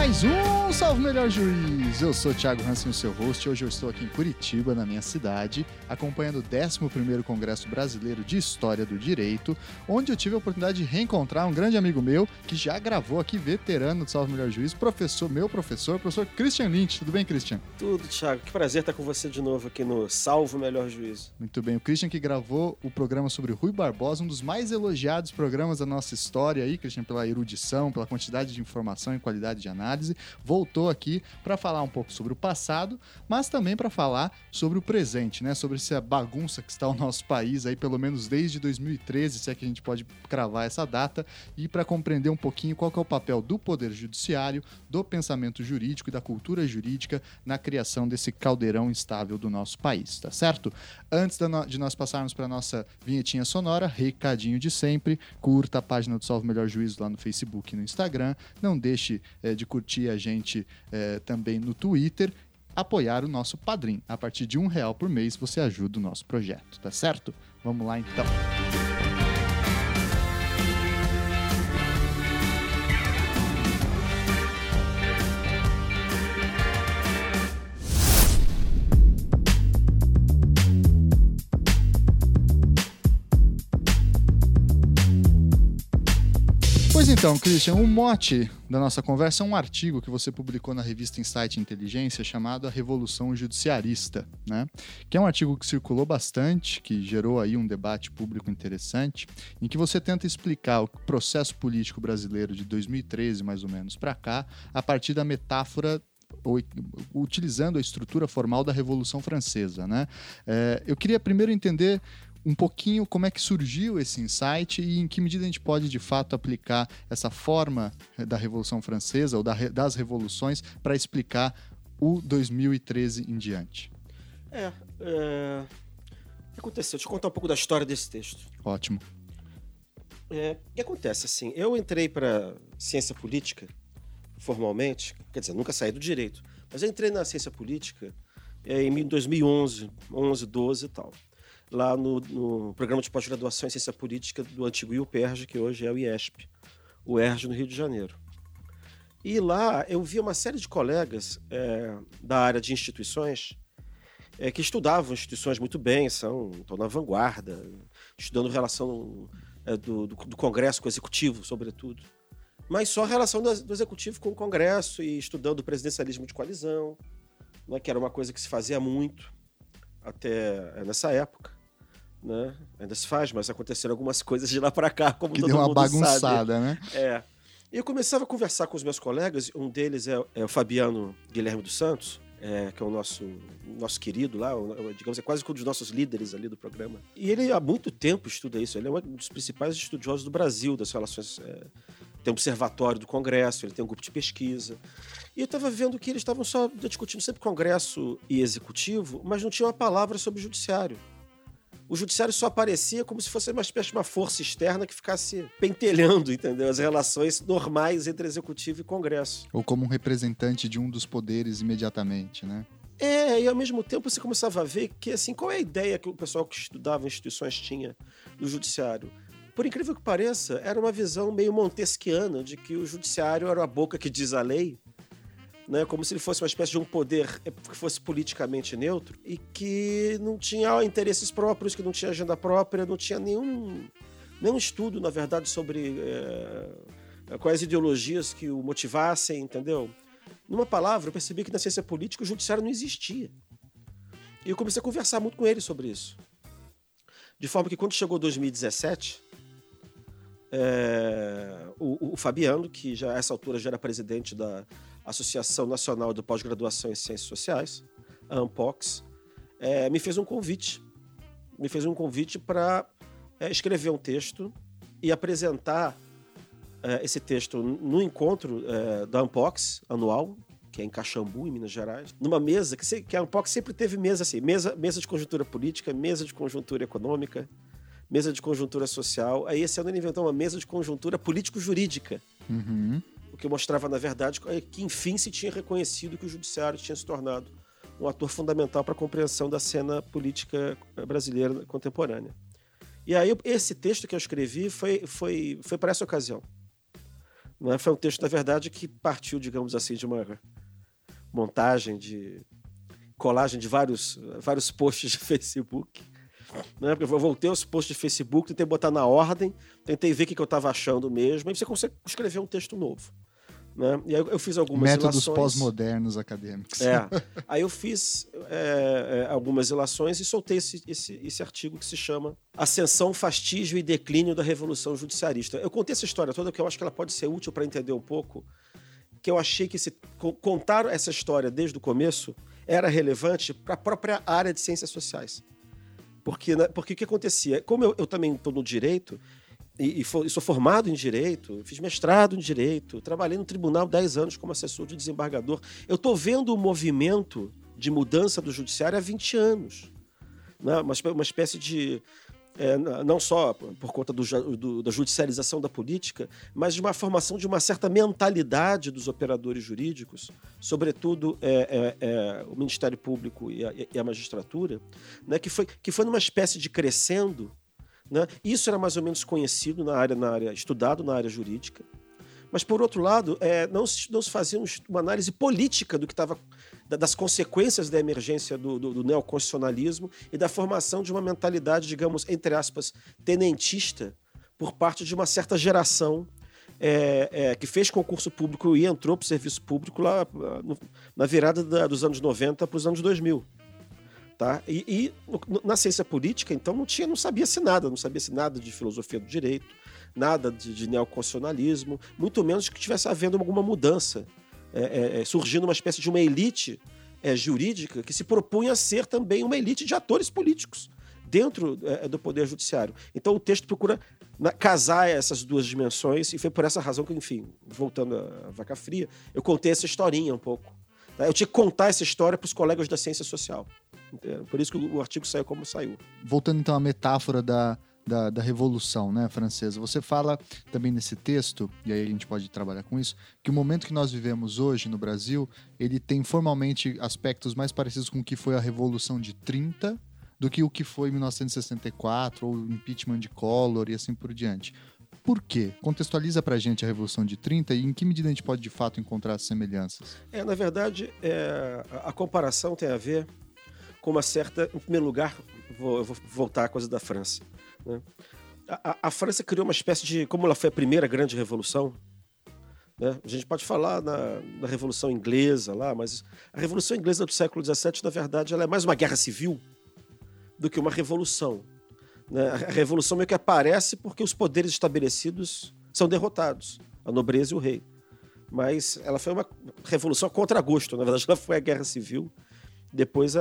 mais um Salve Melhor Juiz! Eu sou o Thiago Hansen, o seu host. Hoje eu estou aqui em Curitiba, na minha cidade, acompanhando o 11º Congresso Brasileiro de História do Direito, onde eu tive a oportunidade de reencontrar um grande amigo meu, que já gravou aqui, veterano do Salve Melhor Juiz, meu professor Christian Lynch. Tudo bem, Christian? Tudo, Thiago. Que prazer estar com você de novo aqui no Salve Melhor Juízo. Muito bem. O Christian que gravou o programa sobre Rui Barbosa, um dos mais elogiados programas da nossa história aí, Christian, pela erudição, pela quantidade de informação e qualidade de análise, voltou aqui para falar um pouco sobre o passado, mas também para falar sobre o presente, né? Sobre essa bagunça que está o nosso país aí, pelo menos desde 2013, se é que a gente pode cravar essa data, e para compreender um pouquinho qual que é o papel do Poder Judiciário, do pensamento jurídico e da cultura jurídica na criação desse caldeirão instável do nosso país, tá certo? Antes de nós passarmos para nossa vinhetinha sonora, recadinho de sempre, curta a página do Salve Melhor Juízo lá no Facebook e no Instagram, não deixe de curtir a gente também no Twitter, apoiar o nosso Padrim. A partir de R$1 por mês você ajuda o nosso projeto, tá certo? Vamos lá então. Pois então, Christian, o mote da nossa conversa é um artigo que você publicou na revista Insight Inteligência chamado A Revolução Judiciarista, né? Que é um artigo que circulou bastante, que gerou aí um debate público interessante, em que você tenta explicar o processo político brasileiro de 2013, mais ou menos, para cá, a partir da metáfora utilizando a estrutura formal da Revolução Francesa, né? Eu queria primeiro entender um pouquinho como é que surgiu esse insight e em que medida a gente pode, de fato, aplicar essa forma da Revolução Francesa ou das revoluções para explicar o 2013 em diante. O que aconteceu? Deixa eu contar um pouco da história desse texto. Ótimo. O que acontece, assim, eu entrei para ciência política formalmente, quer dizer, nunca saí do direito, mas eu entrei na ciência política em 2011, 12 e tal. Lá no programa de pós-graduação em ciência política do antigo IUPERJ, que hoje é o IESP, o ERJ no Rio de Janeiro. E lá eu vi uma série de colegas da área de instituições que estudavam instituições muito bem, estão na vanguarda, estudando relação do Congresso com o Executivo, sobretudo. Mas só a relação do Executivo com o Congresso e estudando o presidencialismo de coalizão, né, que era uma coisa que se fazia muito até nessa época, né? Ainda se faz, mas aconteceram algumas coisas de lá para cá, como que todo deu uma mundo bagunçada, sabe. Né? E eu começava a conversar com os meus colegas, um deles é o Fabiano Guilherme dos Santos, que é o nosso querido lá, digamos, é quase um dos nossos líderes ali do programa. E ele há muito tempo estuda isso, ele é um dos principais estudiosos do Brasil, das relações... Tem um observatório do Congresso, ele tem um grupo de pesquisa. E eu estava vendo que eles estavam só discutindo sempre Congresso e Executivo, mas não tinha uma palavra sobre o Judiciário. O Judiciário só aparecia como se fosse uma espécie de uma força externa que ficasse pentelhando, entendeu? As relações normais entre Executivo e Congresso. Ou como um representante de um dos poderes imediatamente, né? E ao mesmo tempo você começava a ver que, assim, qual é a ideia que o pessoal que estudava instituições tinha do Judiciário? Por incrível que pareça, era uma visão meio montesquiana de que o Judiciário era a boca que diz a lei, né? Como se ele fosse uma espécie de um poder que fosse politicamente neutro e que não tinha interesses próprios, que não tinha agenda própria, não tinha nenhum estudo, na verdade, sobre quais ideologias que o motivassem, entendeu? Numa palavra, eu percebi que na ciência política o Judiciário não existia. E eu comecei a conversar muito com ele sobre isso. De forma que quando chegou 2017... o Fabiano, que já a essa altura já era presidente da Associação Nacional de Pós-Graduação em Ciências Sociais, a ANPOX, me fez um convite. Me fez um convite para escrever um texto e apresentar esse texto no encontro da ANPOX anual, que é em Caxambu, em Minas Gerais, numa mesa, que a ANPOX sempre teve mesa assim, mesa de conjuntura política, mesa de conjuntura econômica, mesa de conjuntura social. Aí esse ano ele inventou uma mesa de conjuntura político-jurídica. Uhum. O que mostrava, na verdade, que enfim se tinha reconhecido que o Judiciário tinha se tornado um ator fundamental para a compreensão da cena política brasileira contemporânea. E aí esse texto que eu escrevi foi para essa ocasião. Né? Foi um texto, na verdade, que partiu, digamos assim, de uma montagem, de colagem de vários posts de Facebook. Né? Porque eu voltei aos posts de Facebook, tentei botar na ordem, tentei ver o que eu estava achando mesmo, aí você consegue escrever um texto novo. Né? E aí eu fiz algumas Métodos ilações. pós-modernos acadêmicos. Aí eu fiz algumas ilações e soltei esse artigo que se chama Ascensão, Fastígio e Declínio da Revolução Judiciarista. Eu contei essa história toda porque eu acho que ela pode ser útil para entender um pouco que eu achei que contar essa história desde o começo era relevante para a própria área de ciências sociais. Porque o que acontecia? Como eu também estou no direito, e sou formado em Direito, fiz mestrado em Direito, trabalhei no tribunal 10 anos como assessor de desembargador. Eu estou vendo o movimento de mudança do judiciário há 20 anos. Né? Uma espécie de... não só por conta da judicialização da política, mas de uma formação de uma certa mentalidade dos operadores jurídicos, sobretudo o Ministério Público e a magistratura, né? que foi numa espécie de crescendo. Né? Isso era mais ou menos conhecido estudado na área jurídica, mas por outro lado não se fazia uma análise política do que estava das consequências da emergência do neoconstitucionalismo e da formação de uma mentalidade, digamos, entre aspas, tenentista por parte de uma certa geração que fez concurso público e entrou para o serviço público lá na virada dos anos 90 para os anos 2000. Tá? E na ciência política, então, não sabia-se nada de filosofia do direito, nada de neoconstitucionalismo, muito menos que tivesse havendo alguma mudança, surgindo uma espécie de uma elite jurídica que se propunha a ser também uma elite de atores políticos dentro do Poder Judiciário. Então o texto procura casar essas duas dimensões e foi por essa razão que, enfim, voltando à vaca fria, eu contei essa historinha um pouco. Tá? Eu tinha que contar essa história para os colegas da ciência social. Por isso que o artigo saiu como saiu. Voltando então à metáfora da Revolução, né, francesa, você fala também nesse texto, e aí a gente pode trabalhar com isso, que o momento que nós vivemos hoje no Brasil, ele tem formalmente aspectos mais parecidos com o que foi a Revolução de 30 do que o que foi 1964 ou o impeachment de Collor e assim por diante. Por quê? Contextualiza pra gente a Revolução de 30 e em que medida a gente pode de fato encontrar as semelhanças? Na verdade, a comparação tem a ver com uma certa... Em primeiro lugar, eu vou voltar à coisa da França. Né? A França criou uma espécie de... Como ela foi a primeira grande revolução, né? A gente pode falar na Revolução Inglesa lá, mas a Revolução Inglesa do século XVII, na verdade, ela é mais uma guerra civil do que uma revolução. Né? A revolução meio que aparece porque os poderes estabelecidos são derrotados, a nobreza e o rei. Mas ela foi uma revolução a contragosto, na verdade ela foi a guerra civil. Depois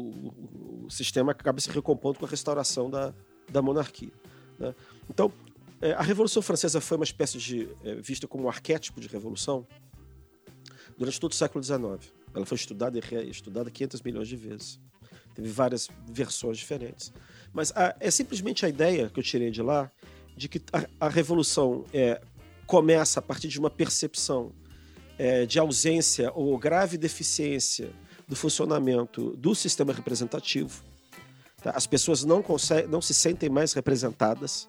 o sistema acaba se recompondo com a restauração da monarquia. Né? Então, a Revolução Francesa foi uma espécie de... vista como um arquétipo de revolução durante todo o século XIX. Ela foi estudada e reestudada 500 milhões de vezes. Teve várias versões diferentes. Mas é simplesmente a ideia que eu tirei de lá de que a revolução começa a partir de uma percepção de ausência ou grave deficiência do funcionamento do sistema representativo. Tá? As pessoas não se sentem mais representadas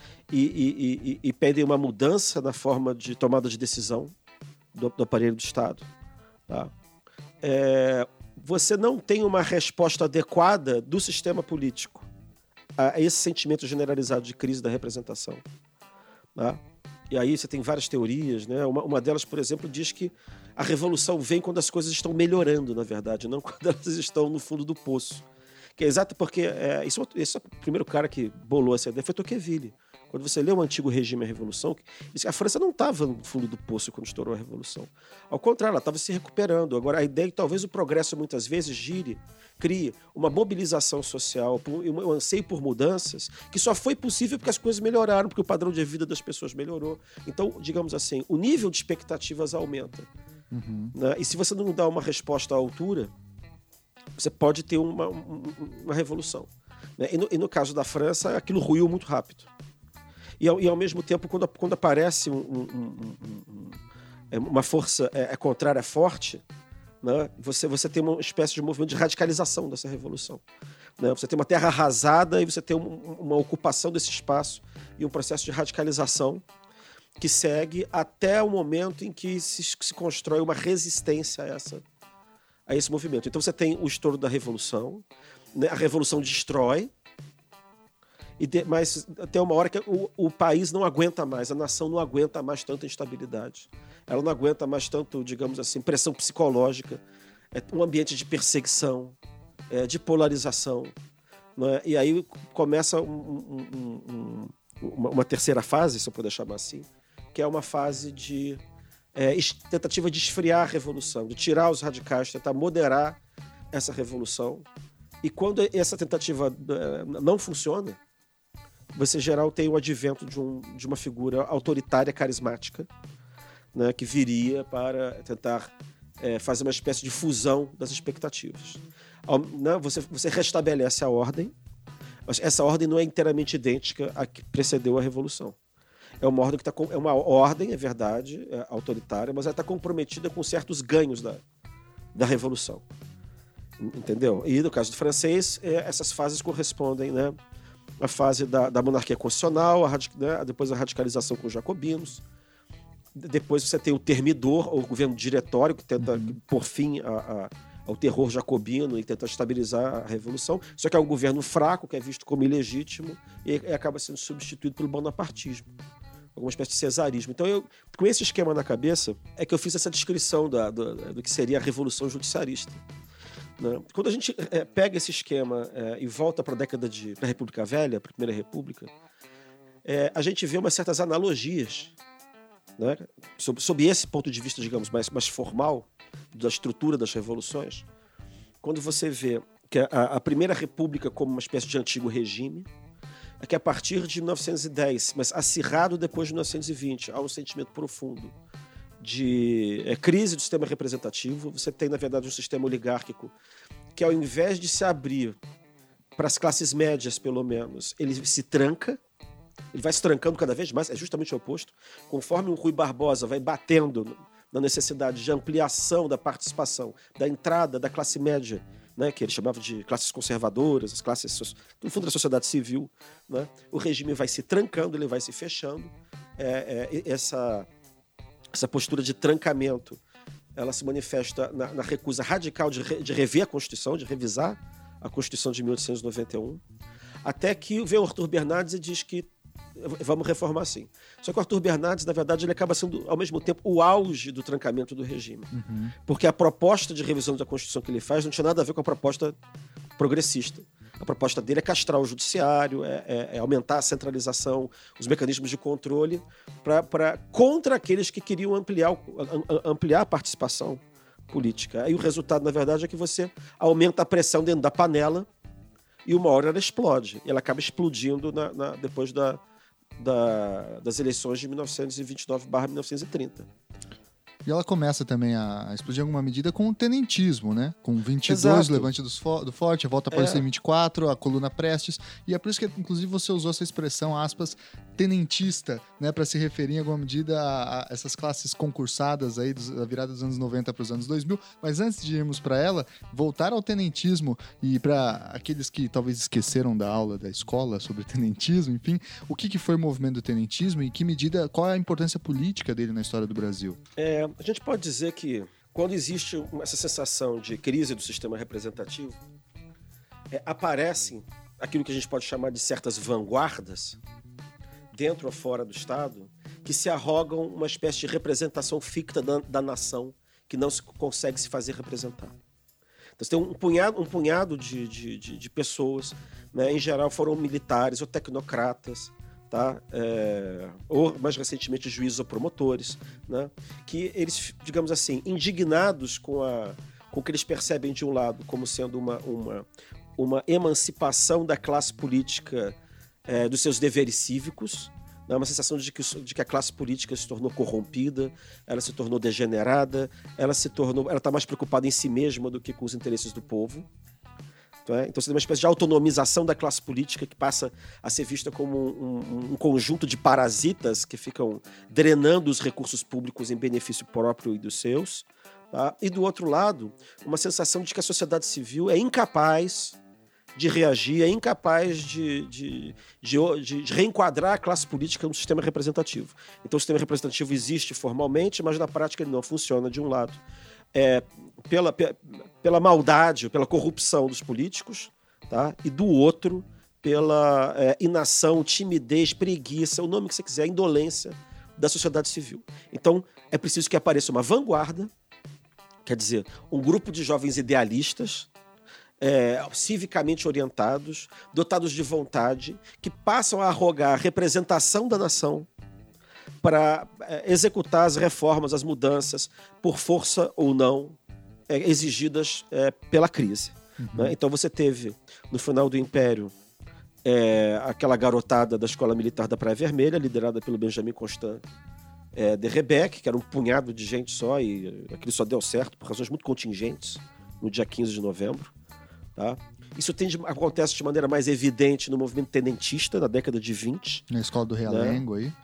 e pedem uma mudança na forma de tomada de decisão do aparelho do Estado. Tá? Você não tem uma resposta adequada do sistema político a esse sentimento generalizado de crise da representação. Tá? E aí você tem várias teorias, né? Uma delas, por exemplo, diz que a revolução vem quando as coisas estão melhorando, na verdade, não quando elas estão no fundo do poço. Que é exato porque... esse é o primeiro cara que bolou essa ideia, foi Tocqueville. Quando você lê o Antigo Regime e a Revolução, a França não estava no fundo do poço quando estourou a Revolução. Ao contrário, ela estava se recuperando. Agora, a ideia é que talvez o progresso muitas vezes crie uma mobilização social, um anseio por mudanças, que só foi possível porque as coisas melhoraram, porque o padrão de vida das pessoas melhorou. Então, digamos assim, o nível de expectativas aumenta. Uhum. Né? E se você não dá uma resposta à altura, você pode ter uma revolução. Né? E no caso da França, aquilo ruiu muito rápido. E ao mesmo tempo, quando aparece uma força contrária forte, né, você tem uma espécie de movimento de radicalização dessa revolução. Né? Você tem uma terra arrasada e você tem uma ocupação desse espaço e um processo de radicalização que segue até o momento em que se constrói uma resistência a esse movimento. Então você tem o estouro da Revolução, né? A Revolução destrói, mas até uma hora que o país não aguenta mais, a nação não aguenta mais tanta instabilidade. Ela não aguenta mais tanto, digamos assim, pressão psicológica, um ambiente de perseguição, de polarização. Né? E aí começa uma terceira fase, se eu puder chamar assim, que é uma fase de tentativa de esfriar a revolução, de tirar os radicais, tentar moderar essa revolução. E quando essa tentativa não funciona, você, em geral, tem o advento de uma figura autoritária, carismática, né, que viria para tentar fazer uma espécie de fusão das expectativas. Você restabelece a ordem, mas essa ordem não é inteiramente idêntica à que precedeu a Revolução. É uma ordem é uma ordem, é verdade, autoritária, mas ela está comprometida com certos ganhos da Revolução. Entendeu? E no caso do francês, essas fases correspondem, né, à fase da monarquia constitucional, depois a radicalização com os jacobinos. Depois você tem o termidor, ou o governo diretório, que tenta pôr fim ao terror jacobino e tentar estabilizar a revolução. Só que é um governo fraco, que é visto como ilegítimo, e acaba sendo substituído pelo bonapartismo, alguma espécie de cesarismo. Então, com esse esquema na cabeça, é que eu fiz essa descrição do que seria a revolução judiciarista. Né? Quando a gente pega esse esquema e volta para a década para a República Velha, para a Primeira República, a gente vê umas certas analogias, né? Sob esse ponto de vista, digamos, mais formal, da estrutura das revoluções. Quando você vê que a Primeira República como uma espécie de antigo regime, é que a partir de 1910, mas acirrado depois de 1920, há um sentimento profundo de crise do sistema representativo. Você tem, na verdade, um sistema oligárquico que, ao invés de se abrir para as classes médias, pelo menos, ele se tranca, ele vai se trancando cada vez mais, é justamente o oposto. Conforme o Rui Barbosa vai batendo na necessidade de ampliação da participação, da entrada da classe média, né, que ele chamava de classes conservadoras, as classes, no fundo, da sociedade civil, né, o regime vai se trancando, ele vai se fechando. Essa postura de trancamento, ela se manifesta na recusa radical de rever a Constituição, de revisar a Constituição de 1891, até que vem o Arthur Bernardes e diz que vamos reformar assim. Só que o Arthur Bernardes, na verdade, ele acaba sendo, ao mesmo tempo, o auge do trancamento do regime. Uhum. Porque a proposta de revisão da Constituição que ele faz não tinha nada a ver com a proposta progressista. A proposta dele é castrar o judiciário, aumentar a centralização, os mecanismos de controle, contra aqueles que queriam ampliar a participação política. Aí o resultado, na verdade, é que você aumenta a pressão dentro da panela e uma hora ela explode. E ela acaba explodindo depois das eleições de 1929/1930. E ela começa também a explodir em alguma medida com o tenentismo, né? Com 22, Exato. o levante do Forte, a volta a aparecer em 24, a coluna Prestes. E é por isso que, inclusive, você usou essa expressão, aspas, tenentista, né? Para se referir em alguma medida a essas classes concursadas aí da virada dos anos 90 para os anos 2000. Mas antes de irmos para ela, voltar ao tenentismo e para aqueles que talvez esqueceram da aula da escola sobre tenentismo, enfim, o que foi o movimento do tenentismo e em que medida, qual é a importância política dele na história do Brasil? A gente pode dizer que quando existe essa sensação de crise do sistema representativo, aparecem aquilo que a gente pode chamar de certas vanguardas, dentro ou fora do Estado, que se arrogam uma espécie de representação ficta da nação que não se consegue se fazer representar. Então, você tem um punhado de pessoas, né, em geral foram militares ou tecnocratas, tá? Ou, mais recentemente, juízes ou promotores, né? Que eles, digamos assim, indignados com o que eles percebem de um lado como sendo uma emancipação da classe política dos seus deveres cívicos, né? Uma sensação de que a classe política se tornou corrompida, ela se tornou degenerada, ela está mais preocupada em si mesma do que com os interesses do povo. Então você tem uma espécie de autonomização da classe política que passa a ser vista como um conjunto de parasitas que ficam drenando os recursos públicos em benefício próprio e dos seus. Tá? E do outro lado, uma sensação de que a sociedade civil é incapaz de reagir, é incapaz de reenquadrar a classe política no sistema representativo. Então o sistema representativo existe formalmente, mas na prática ele não funciona, de um lado pela maldade, pela corrupção dos políticos, tá? E do outro pela inação, timidez, preguiça, o nome que você quiser, indolência da sociedade civil. Então é preciso que apareça uma vanguarda, quer dizer, um grupo de jovens idealistas, civicamente orientados, dotados de vontade, que passam a arrogar a representação da nação para executar as reformas, as mudanças, por força ou não, exigidas pela crise. Uhum. Né? Então você teve, no final do Império, aquela garotada da Escola Militar da Praia Vermelha, liderada pelo Benjamin Constant de Rebecque, que era um punhado de gente só, e aquilo só deu certo por razões muito contingentes, no dia 15 de novembro. Tá? Isso acontece de maneira mais evidente no movimento tenentista, na década de 20. Na escola do Realengo, né? Aí.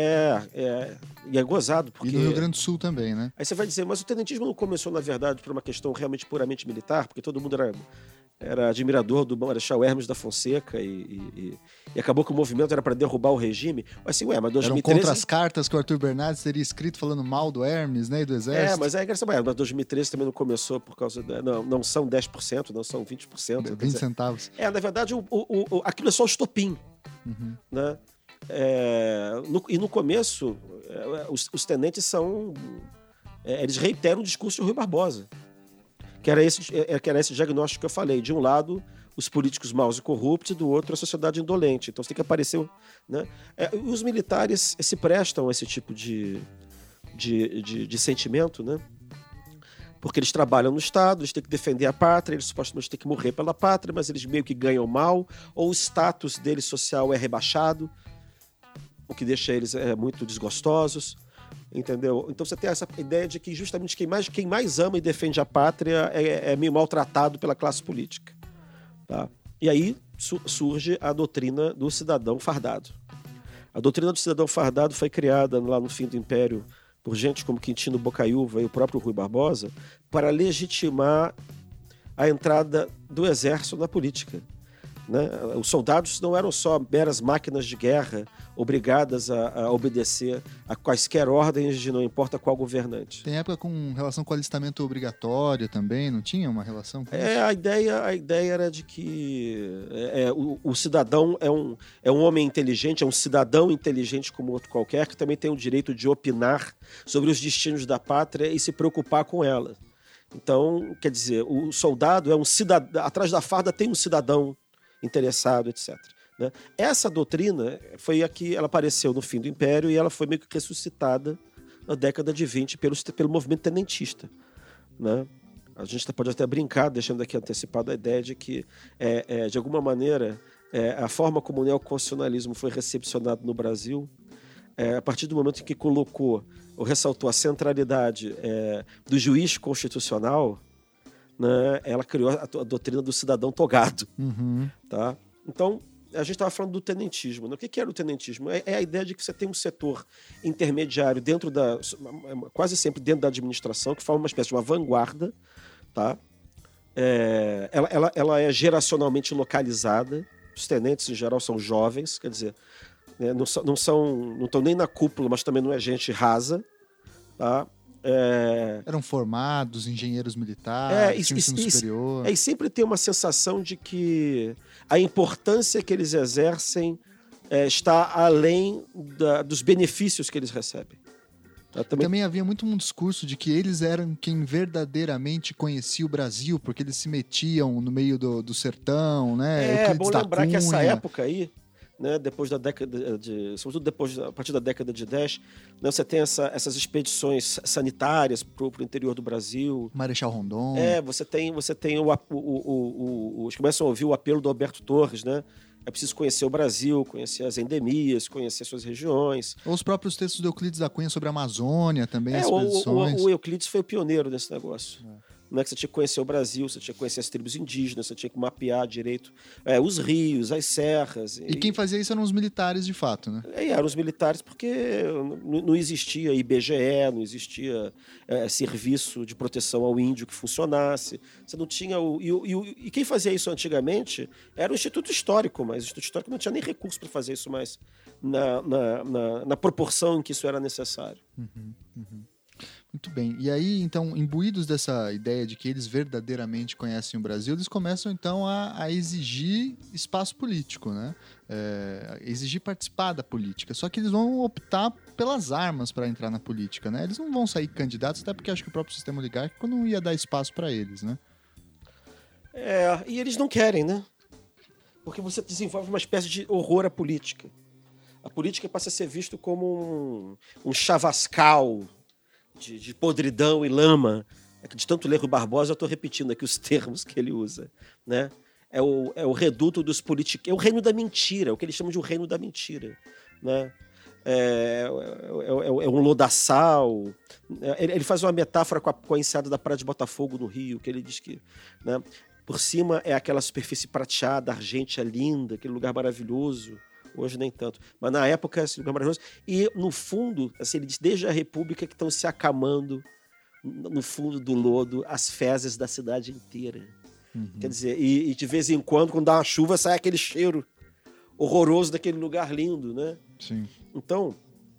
E é gozado. Porque... E no Rio Grande do Sul também, né? Aí você vai dizer, mas o tenentismo não começou, na verdade, por uma questão realmente puramente militar, porque todo mundo era admirador do Marechal Hermes da Fonseca e acabou que o movimento era para derrubar o regime. Assim, mas 2013... Eram contra as cartas que o Arthur Bernardes teria escrito falando mal do Hermes, né, e do Exército. Mas é engraçado. Mas 2013 também não começou por causa não são 10%, não são 20%. 20 centavos. Na verdade, aquilo é só o estopim. Uhum. Né? No começo, os tenentes são... eles reiteram o discurso de Rui Barbosa. Que era esse diagnóstico que eu falei. De um lado, os políticos maus e corruptos, e do outro, a sociedade indolente. Então, você tem que aparecer... Né? Os militares se prestam a esse tipo de sentimento, né? Porque eles trabalham no Estado, eles têm que defender a pátria, eles supostamente têm que morrer pela pátria, mas eles meio que ganham mal, ou o status deles social é rebaixado, o que deixa eles muito desgostosos. Entendeu? Então você tem essa ideia de que justamente quem mais ama e defende a pátria é meio maltratado pela classe política. Tá? E aí surge a doutrina do cidadão fardado. A doutrina do cidadão fardado foi criada lá no fim do Império por gente como Quintino Bocaiúva e o próprio Rui Barbosa para legitimar a entrada do exército na política. Né? Os soldados não eram só meras máquinas de guerra obrigadas a obedecer a quaisquer ordens de não importa qual governante. Tem época com relação com o alistamento obrigatório também, não tinha uma relação com isso? A ideia era de que o cidadão é um homem inteligente, é um cidadão inteligente como outro qualquer, que também tem o direito de opinar sobre os destinos da pátria e se preocupar com ela. Então, quer dizer, o soldado é um cidadão, atrás da farda tem um cidadão interessado, etc. Né? Essa doutrina foi a que ela apareceu no fim do Império e ela foi meio que ressuscitada na década de 20 pelo movimento tenentista. Né? A gente pode até brincar, deixando aqui antecipada a ideia de que, de alguma maneira, a forma como o neoconstitucionalismo foi recepcionado no Brasil, a partir do momento em que ressaltou a centralidade do juiz constitucional, né, ela criou a doutrina do cidadão togado. Uhum. Tá? Então, a gente estava falando do tenentismo. Né? O que era o tenentismo? É a ideia de que você tem um setor intermediário quase sempre dentro da administração, que forma uma espécie de uma vanguarda. Tá? Ela é geracionalmente localizada. Os tenentes, em geral, são jovens, quer dizer, não estão nem na cúpula, mas também não é gente rasa. Tá? Eram formados, engenheiros militares, tinham ensino superior. E sempre tem uma sensação de que a importância que eles exercem está além dos benefícios que eles recebem. Também havia muito um discurso de que eles eram quem verdadeiramente conhecia o Brasil, porque eles se metiam no meio do sertão, né? É bom lembrar que essa época aí, né, depois da década sobretudo a partir da década de 10, né, você tem essas expedições sanitárias para o interior do Brasil. Marechal Rondon. Você tem os começam a ouvir o apelo do Alberto Torres, né? É preciso conhecer o Brasil, conhecer as endemias, conhecer suas regiões. Ou os próprios textos do Euclides da Cunha sobre a Amazônia também, as expedições. O Euclides foi o pioneiro nesse negócio. né, que você tinha que conhecer o Brasil, você tinha que conhecer as tribos indígenas, você tinha que mapear direito os rios, as serras. E quem fazia isso eram os militares, de fato, né? Eram os militares, porque não existia IBGE, não existia serviço de proteção ao índio que funcionasse. Você não tinha e quem fazia isso antigamente era o Instituto Histórico, mas o Instituto Histórico não tinha nem recurso para fazer isso mais na proporção em que isso era necessário. Muito bem. E aí, então, imbuídos dessa ideia de que eles verdadeiramente conhecem o Brasil, eles começam, então, a exigir espaço político, né? Exigir participar da política. Só que eles vão optar pelas armas para entrar na política, né? Eles não vão sair candidatos, até porque acho que o próprio sistema oligárquico não ia dar espaço para eles, né? E eles não querem, né? Porque você desenvolve uma espécie de horror à política. A política passa a ser visto como um chavascal de podridão e lama. De tanto ler Rui Barbosa, eu estou repetindo aqui os termos que ele usa, né? É o reduto dos políticos, é o reino da mentira, o que eles chamam de o reino da mentira, né? É um lodaçal. Ele faz uma metáfora com a enseada da Praia de Botafogo, no Rio, que ele diz que, né, por cima é aquela superfície prateada, argêntea, linda, aquele lugar maravilhoso. Hoje nem tanto. Mas na época, esse lugar maravilhoso. E no fundo, assim, ele diz, desde a República que estão se acamando no fundo do lodo as fezes da cidade inteira. Quer dizer, e de vez em quando dá uma chuva, sai aquele cheiro horroroso daquele lugar lindo, né? Sim. Então,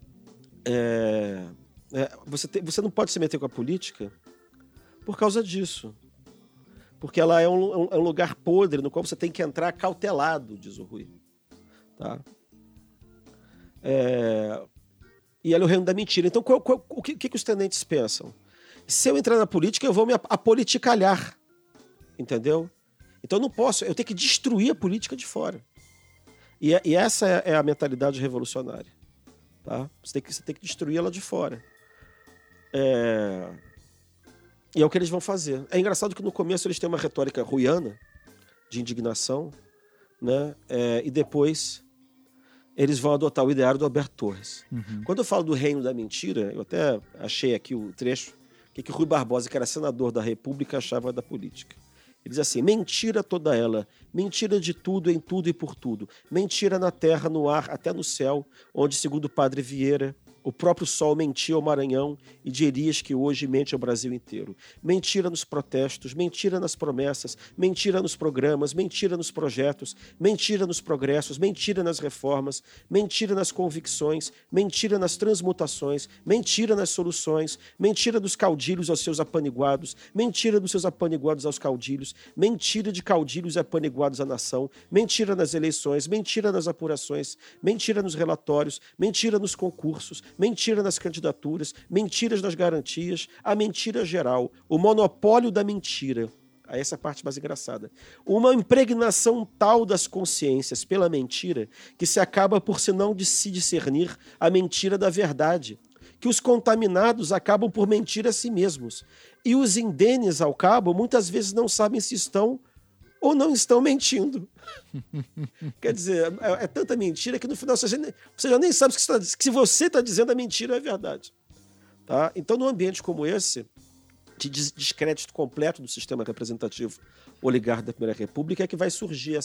você não pode se meter com a política por causa disso. Porque ela é um lugar podre no qual você tem que entrar cautelado, diz o Rui. Tá? E ela é o reino da mentira. Então, o que os tenentes pensam? Se eu entrar na política, eu vou me apoliticalhar. Entendeu? Então, eu não posso. Eu tenho que destruir a política de fora. E essa é a mentalidade revolucionária. Tá? Você tem que destruir ela de fora. E é o que eles vão fazer. É engraçado que no começo eles têm uma retórica ruiana, de indignação, né? E depois eles vão adotar o ideário do Alberto Torres. Quando eu falo do reino da mentira, eu até achei aqui o trecho que Rui Barbosa, que era senador da República, achava da política. Ele diz assim: mentira toda ela, mentira de tudo, em tudo e por tudo. Mentira na terra, no ar, até no céu, onde, segundo o padre Vieira, o próprio sol mentia ao Maranhão e dirias que hoje mente ao Brasil inteiro. Mentira nos protestos, mentira nas promessas, mentira nos programas, mentira nos projetos, mentira nos progressos, mentira nas reformas, mentira nas convicções, mentira nas transmutações, mentira nas soluções, mentira dos caudilhos aos seus apaniguados, mentira dos seus apaniguados aos caudilhos, mentira de caudilhos e apaniguados à nação, mentira nas eleições, mentira nas apurações, mentira nos relatórios, mentira nos concursos, mentira nas candidaturas, mentiras nas garantias, a mentira geral, o monopólio da mentira. Aí essa é a parte mais engraçada. Uma impregnação tal das consciências pela mentira que se acaba por se não de se discernir a mentira da verdade, que os contaminados acabam por mentir a si mesmos. E os indenes, ao cabo, muitas vezes não sabem se estão ou não estão mentindo. Quer dizer, é tanta mentira que no final você já nem sabe se você está dizendo a mentira é verdade. Tá? Então, num ambiente como esse, de descrédito completo do sistema representativo oligárquico da Primeira República, é que vai surgir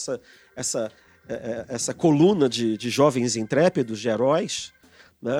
essa coluna de jovens intrépidos, de heróis, né,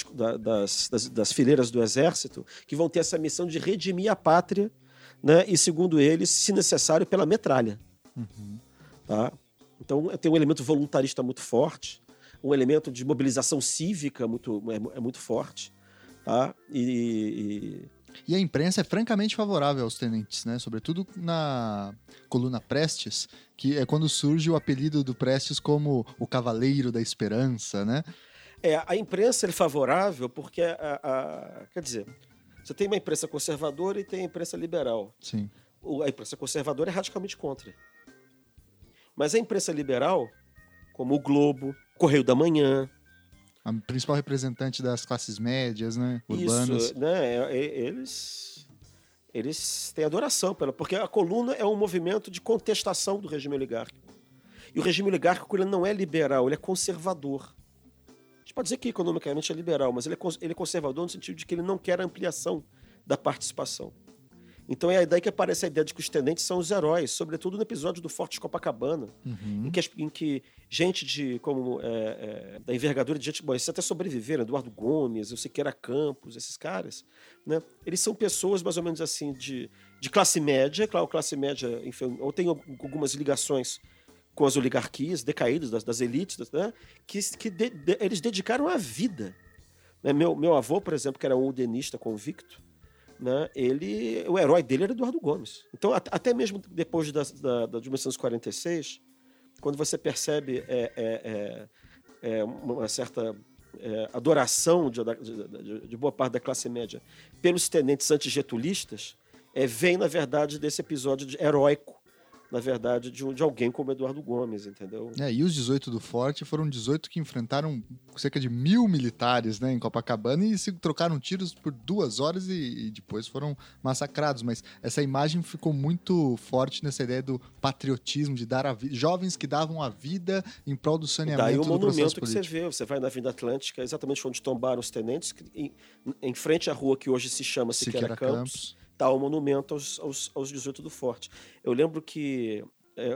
das fileiras do Exército, que vão ter essa missão de redimir a pátria, né, e, segundo eles, se necessário, pela metralha. Tá? Então, tem um elemento voluntarista muito forte, um elemento de mobilização cívica muito forte. Tá? E a imprensa é francamente favorável aos tenentes, né? Sobretudo na coluna Prestes, que é quando surge o apelido do Prestes como o Cavaleiro da Esperança, né? A imprensa é favorável porque, quer dizer, você tem uma imprensa conservadora e tem a imprensa liberal. Sim. A imprensa conservadora é radicalmente contra. Mas a imprensa liberal, como o Globo, Correio da Manhã... A principal representante das classes médias, né? Urbanas. Isso, né? Eles têm adoração porque a coluna é um movimento de contestação do regime oligárquico. E o regime oligárquico ele não é liberal, ele é conservador. A gente pode dizer que economicamente é liberal, mas ele é conservador no sentido de que ele não quer a ampliação da participação. Então é daí que aparece a ideia de que os tenentes são os heróis, sobretudo no episódio do Forte de Copacabana, em que gente da envergadura de gente, bom, esses até sobreviveram, Eduardo Gomes, o Siqueira Campos, esses caras, né? Eles são pessoas mais ou menos assim de classe média, claro, classe média, enfim, ou tem algumas ligações com as oligarquias decaídas, das elites, né? Eles dedicaram a vida. Né? Meu avô, por exemplo, que era um udenista convicto, né? O herói dele era Eduardo Gomes. Então, até mesmo depois de 1946, quando você percebe uma certa adoração de boa parte da classe média pelos tenentes antigetulistas, vem, na verdade, desse episódio heróico, na verdade, de alguém como Eduardo Gomes, entendeu? E os 18 do Forte foram 18 que enfrentaram cerca de 1.000 militares, né, em Copacabana e se trocaram tiros por 2 horas e depois foram massacrados. Mas essa imagem ficou muito forte nessa ideia do patriotismo, de dar a vida, jovens que davam a vida em prol do saneamento do processo político. Daí o monumento que você vê, você vai na Avenida Atlântica, exatamente onde tombaram os tenentes, em frente à rua que hoje se chama Siqueira Campos. Está o monumento aos 18 do Forte. Eu lembro que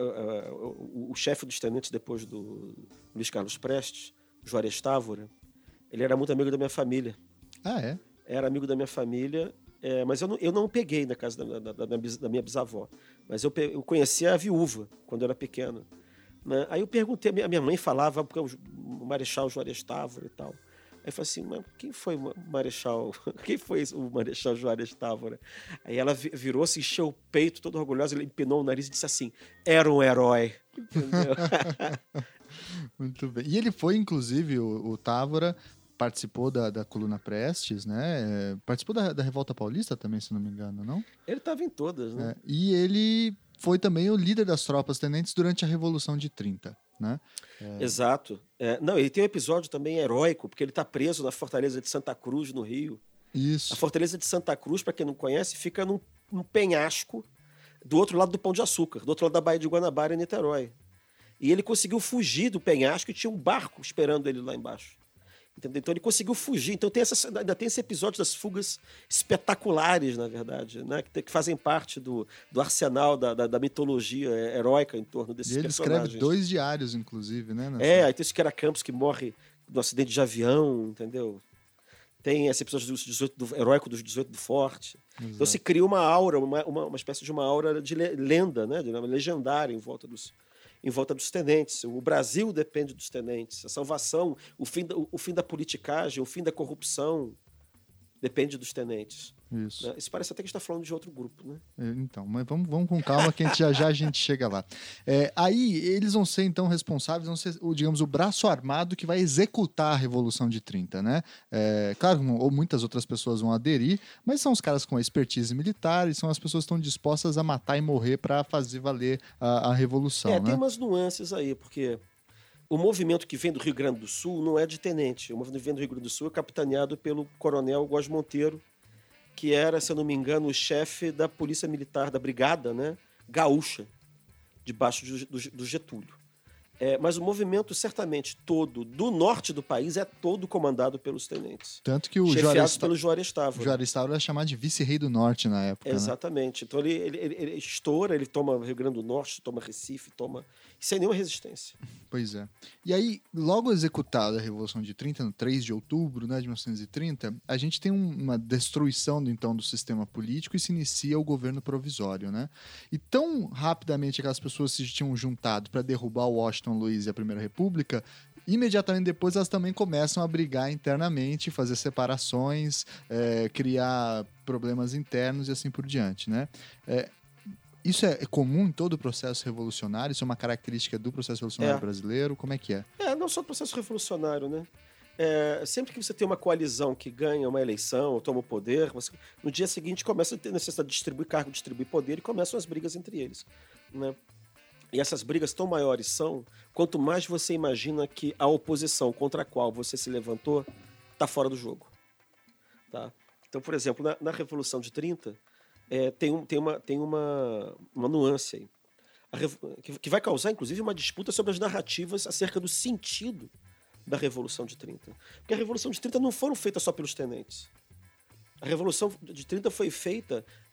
o chefe dos tenentes, depois do Luiz Carlos Prestes, Juarez Távora, ele era muito amigo da minha família. Ah, é? Era amigo da minha família, mas eu não o peguei na casa da minha bisavó. Mas eu conheci a viúva quando eu era pequeno. Né? Aí eu perguntei, a minha mãe falava, porque o Marechal Juarez Távora e tal. Aí eu falei assim, mas quem foi o Marechal? Quem foi o Marechal Juarez Távora? Aí ela virou-se, encheu o peito, todo orgulhosa, ele empinou o nariz e disse assim, era um herói. Entendeu? Muito bem. E ele foi, inclusive, o Távora participou da Coluna Prestes, né? Participou da Revolta Paulista também, se não me engano, não? Ele estava em todas, né? E ele foi também o líder das tropas tenentes durante a Revolução de 30. Né? Exato. Não, ele tem um episódio também heróico, porque ele está preso na Fortaleza de Santa Cruz, no Rio. Isso. A Fortaleza de Santa Cruz, para quem não conhece, fica num penhasco do outro lado do Pão de Açúcar, do outro lado da Baía de Guanabara, em Niterói. E ele conseguiu fugir do penhasco e tinha um barco esperando ele lá embaixo. Entendeu? Então ele conseguiu fugir. Então ainda tem esse episódio das fugas espetaculares, na verdade, né? que fazem parte do arsenal da mitologia heróica em torno desses personagens. Ele escreve 2 diários, inclusive, né? Aí tem o Siqueira Campos que morre no acidente de avião, entendeu? Tem esse episódio heróico dos 18 do Forte. Exato. Então se cria uma aura, uma espécie de uma aura de lenda, né? De uma legendária em volta dos tenentes. O Brasil depende dos tenentes. A salvação, o fim da politicagem, o fim da corrupção depende dos tenentes. Isso. Isso parece até que a gente está falando de outro grupo, né? Então, mas vamos com calma que já a gente chega lá. Aí eles vão ser, então, responsáveis, vão ser, digamos, o braço armado que vai executar a Revolução de 30, né? Claro, ou muitas outras pessoas vão aderir, mas são os caras com expertise militar e são as pessoas que estão dispostas a matar e morrer para fazer valer a Revolução, né? Tem umas nuances aí, porque o movimento que vem do Rio Grande do Sul não é de tenente. O movimento que vem do Rio Grande do Sul é capitaneado pelo coronel Góes Monteiro, que era, se eu não me engano, o chefe da Polícia Militar, da Brigada, né, gaúcha, debaixo do Getúlio. Mas o movimento, certamente, todo do norte do país é todo comandado pelos tenentes. Tanto que o pelo Juarez Távora. O Juarez Távora era chamado de vice-rei do norte na época. Exatamente. Né? Então ele estoura, ele toma Rio Grande do Norte, toma Recife, sem nenhuma resistência. Pois é. E aí, logo executada a Revolução de 30, no 3 de outubro, né, de 1930, a gente tem uma destruição, então, do sistema político e se inicia o governo provisório, né? E tão rapidamente aquelas pessoas se tinham juntado para derrubar o Washington Luiz e a Primeira República, imediatamente depois elas também começam a brigar internamente, fazer separações, criar problemas internos e assim por diante, né? Isso é comum em todo o processo revolucionário? Isso é uma característica do processo revolucionário brasileiro? Como é que é? Não só do processo revolucionário, né? Sempre que você tem uma coalizão que ganha uma eleição ou toma o poder, no dia seguinte começa a ter necessidade de distribuir cargo, distribuir poder e começam as brigas entre eles, né? E essas brigas tão maiores são, quanto mais você imagina que a oposição contra a qual você se levantou está fora do jogo. Tá? Então, por exemplo, na Revolução de 30, tem uma nuance aí, que vai causar, inclusive, uma disputa sobre as narrativas acerca do sentido da Revolução de 30. Porque a Revolução de 30 não foram feitas só pelos tenentes. A Revolução de 30 foi feita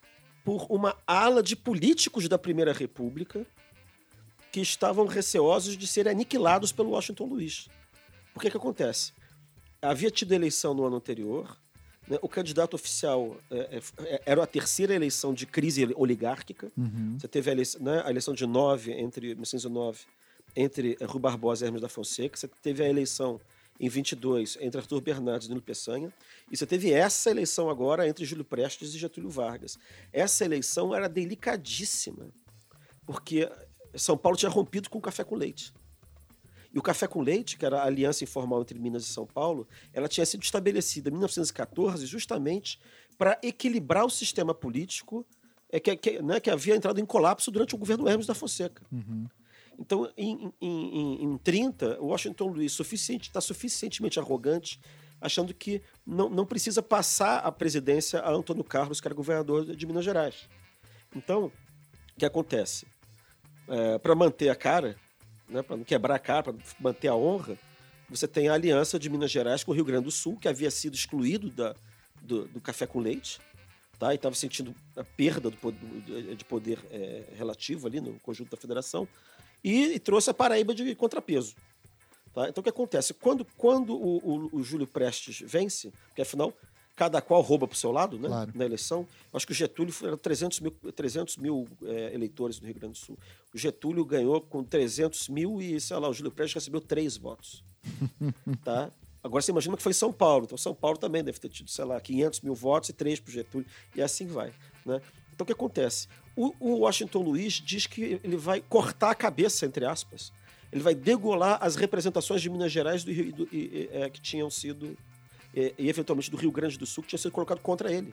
por uma ala de políticos da Primeira República que estavam receosos de serem aniquilados pelo Washington Luiz. Por que acontece? Havia tido eleição no ano anterior, né? O candidato oficial era a terceira eleição de crise oligárquica. Você teve a eleição de 1909, entre Rui Barbosa e Hermes da Fonseca. Você teve a eleição em 22 entre Arthur Bernardes e Nilo Peçanha. E você teve essa eleição agora entre Júlio Prestes e Getúlio Vargas. Essa eleição era delicadíssima, porque São Paulo tinha rompido com o café com leite. E o café com leite, que era a aliança informal entre Minas e São Paulo, ela tinha sido estabelecida em 1914 justamente para equilibrar o sistema político que havia entrado em colapso durante o governo Hermes da Fonseca. Então, em 30, o Washington Luiz está suficientemente arrogante, achando que não precisa passar a presidência a Antônio Carlos, que era governador de Minas Gerais. Então, o que acontece? Para manter a cara, né, para não quebrar a cara, para manter a honra, você tem a aliança de Minas Gerais com o Rio Grande do Sul, que havia sido excluído do café com leite, tá? E estava sentindo a perda de poder relativo ali no conjunto da federação, e trouxe a Paraíba de contrapeso. Tá? Então, o que acontece? Quando o Júlio Prestes vence, porque afinal cada qual rouba para o seu lado, né? Claro. Na eleição. Acho que o Getúlio eram 300 mil eleitores no Rio Grande do Sul. O Getúlio ganhou com 300 mil e, sei lá, o Júlio Prestes recebeu 3 votos. Tá? Agora você imagina que foi São Paulo. Então São Paulo também deve ter tido, sei lá, 500 mil votos e 3 para o Getúlio. E assim vai. Né? Então o que acontece? O Washington Luiz diz que ele vai cortar a cabeça, entre aspas. Ele vai degolar as representações de Minas Gerais que tinham sido... e eventualmente do Rio Grande do Sul, que tinha sido colocado contra ele,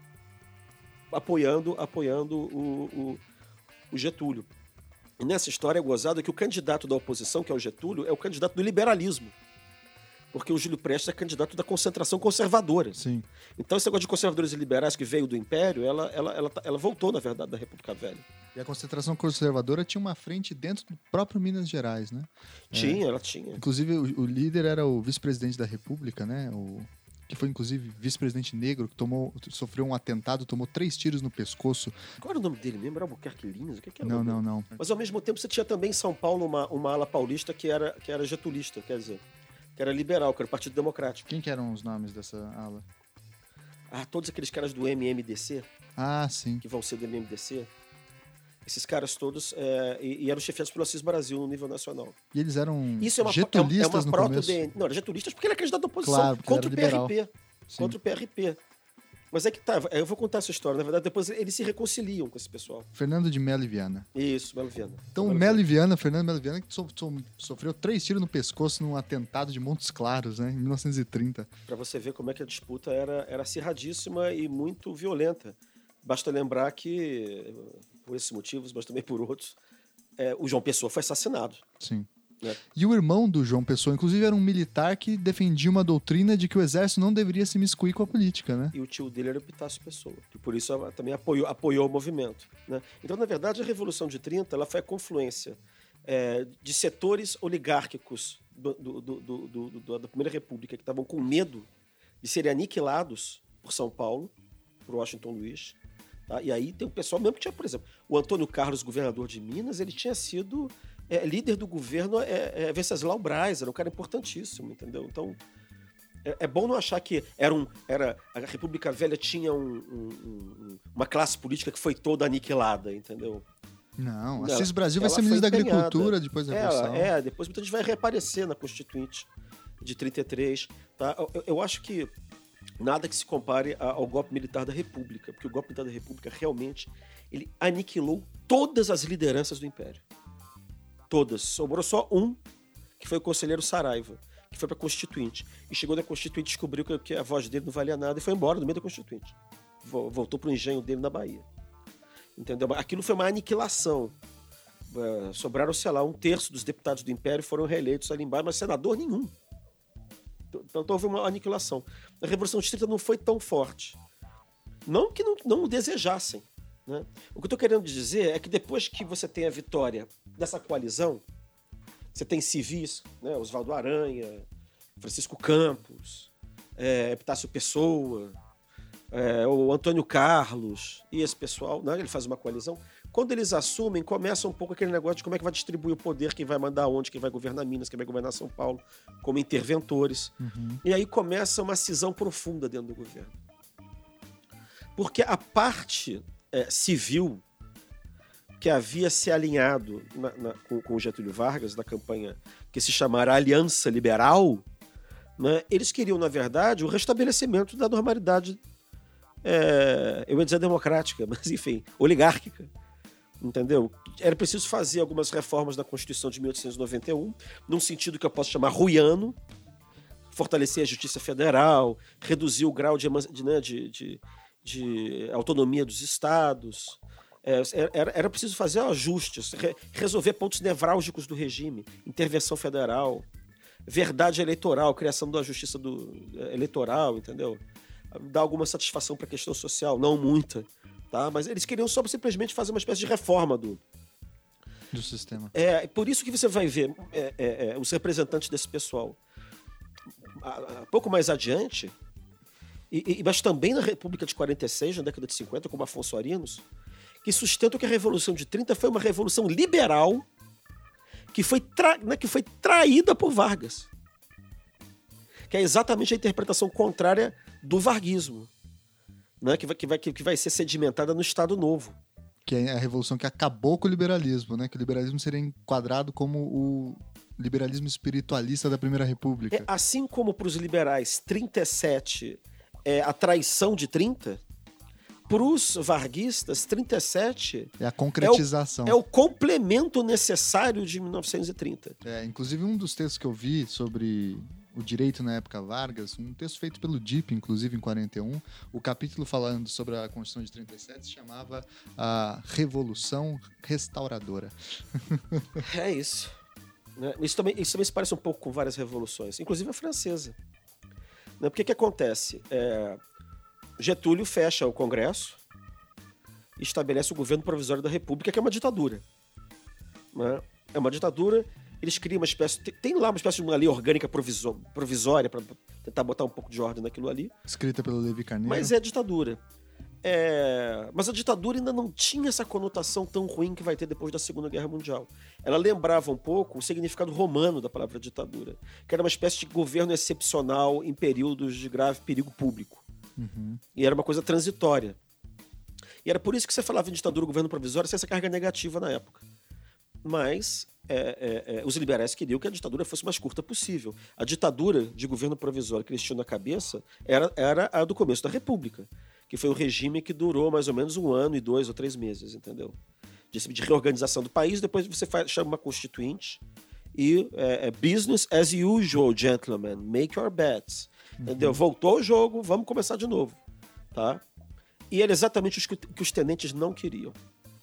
apoiando o Getúlio. E nessa história é gozado que o candidato da oposição, que é o Getúlio, é o candidato do liberalismo, porque o Júlio Prestes é candidato da concentração conservadora. Sim. Então esse negócio de conservadores e liberais que veio do Império, ela voltou, na verdade, da República Velha. E a concentração conservadora tinha uma frente dentro do próprio Minas Gerais, né? Ela tinha. Inclusive, o líder era o vice-presidente da República, né? Que foi, inclusive, vice-presidente negro, que sofreu um atentado, tomou 3 tiros no pescoço. Qual era o nome dele mesmo? Era Albuquerque Lins? O que era? Não. Mas, ao mesmo tempo, você tinha também em São Paulo uma ala paulista que era getulista, quer dizer, que era liberal, que era o Partido Democrático. Quem que eram os nomes dessa ala? Todos aqueles caras do MMDC. Sim. Que vão ser do MMDC. Esses caras todos e eram chefiados pelo Assis Brasil no nível nacional. E eles eram getulistas no começo? Não, eram getulistas porque ele era candidato da oposição, claro, contra o liberal. PRP. Sim. Contra o PRP. Mas é que tá, eu vou contar essa história. Na verdade, depois eles se reconciliam com esse pessoal. Fernando de Mello e Viana. Isso, Melo Viana. Então, Fernando Melo e Viana, que sofreu 3 tiros no pescoço num atentado de Montes Claros, né, em 1930. Para você ver como é que a disputa era acirradíssima e muito violenta. Basta lembrar que, por esses motivos, mas também por outros, o João Pessoa foi assassinado. Sim. Né? E o irmão do João Pessoa, inclusive, era um militar que defendia uma doutrina de que o exército não deveria se miscuir com a política, né? E o tio dele era o Epitácio Pessoa, que por isso também apoiou o movimento. Né? Então, na verdade, a Revolução de 30 ela foi a confluência de setores oligárquicos da Primeira República que estavam com medo de serem aniquilados por São Paulo, por Washington Luiz. Tá? E aí tem o pessoal mesmo que tinha, por exemplo, o Antônio Carlos, governador de Minas, ele tinha sido líder do governo Venceslau Braz, era um cara importantíssimo, entendeu? Então, é bom não achar que a República Velha tinha uma classe política que foi toda aniquilada, entendeu? Não, Assis Brasil vai ser ministro da Agricultura depois da Revolução. Depois muita gente vai reaparecer na Constituinte de 33. Tá? Eu acho que nada que se compare ao golpe militar da República, porque o golpe militar da República realmente ele aniquilou todas as lideranças do Império. Todas. Sobrou só um, que foi o conselheiro Saraiva, que foi para a Constituinte. E chegou na Constituinte, descobriu que a voz dele não valia nada e foi embora no meio da Constituinte. Voltou para o engenho dele na Bahia. Entendeu? Aquilo foi uma aniquilação. Sobraram, sei lá, 1/3 dos deputados do Império foram reeleitos ali embaixo, mas senador nenhum. Então houve uma aniquilação. A Revolução de 30 não foi tão forte. Não que não o desejassem. Né? O que eu estou querendo dizer é que depois que você tem a vitória dessa coalizão, você tem civis, né? Oswaldo Aranha, Francisco Campos, Epitácio Pessoa, o Antônio Carlos e esse pessoal, né? Ele faz uma coalizão. Quando eles assumem, começa um pouco aquele negócio de como é que vai distribuir o poder, quem vai mandar onde, quem vai governar Minas, quem vai governar São Paulo, como interventores. E aí começa uma cisão profunda dentro do governo. Porque a parte civil que havia se alinhado com o Getúlio Vargas, na campanha que se chamara Aliança Liberal, né, eles queriam, na verdade, o restabelecimento da normalidade, eu ia dizer democrática, mas enfim, oligárquica. Entendeu? Era preciso fazer algumas reformas da Constituição de 1891, num sentido que eu posso chamar ruiano, fortalecer a Justiça Federal, reduzir o grau de autonomia dos estados. Era preciso fazer ajustes, resolver pontos nevrálgicos do regime, intervenção federal, verdade eleitoral, criação da justiça eleitoral, entendeu? Dar alguma satisfação para a questão social, não muita. Tá? Mas eles queriam só simplesmente fazer uma espécie de reforma do sistema. Por isso que você vai ver os representantes desse pessoal pouco mais adiante, mas também na República de 46, na década de 50, como Afonso Arinos, que sustentam que a Revolução de 30 foi uma revolução liberal que foi traída por Vargas. Que é exatamente a interpretação contrária do varguismo. Né, que vai ser sedimentada no Estado Novo. Que é a revolução que acabou com o liberalismo, né? Que o liberalismo seria enquadrado como o liberalismo espiritualista da Primeira República. Assim como para os liberais 37 é a traição de 30, para os varguistas 37 é a concretização. É o complemento necessário de 1930. Inclusive um dos textos que eu vi sobre o direito na época Vargas, um texto feito pelo DIP, inclusive em 41, o capítulo falando sobre a Constituição de 37 se chamava a Revolução Restauradora. É isso. Isso também se parece um pouco com várias revoluções, inclusive a francesa. Porque o que acontece? Getúlio fecha o Congresso e estabelece o governo provisório da República, que é uma ditadura. É uma ditadura. Eles criam uma espécie... Tem lá uma espécie de uma lei orgânica provisória para tentar botar um pouco de ordem naquilo ali. Escrita pelo Levi Carneiro. Mas é ditadura. Mas a ditadura ainda não tinha essa conotação tão ruim que vai ter depois da Segunda Guerra Mundial. Ela lembrava um pouco o significado romano da palavra ditadura, que era uma espécie de governo excepcional em períodos de grave perigo público. E era uma coisa transitória. E era por isso que você falava em ditadura, governo provisório, sem essa carga negativa na época. Mas os liberais queriam que a ditadura fosse o mais curta possível. A ditadura de governo provisório que eles tinham na cabeça era a do começo da República, que foi o regime que durou mais ou menos 1 ano e 2 ou 3 meses, entendeu? De reorganização do país, depois você chama uma constituinte e business as usual, gentlemen, make your bets. Entendeu? Voltou o jogo, vamos começar de novo. Tá? E era exatamente o que os tenentes não queriam.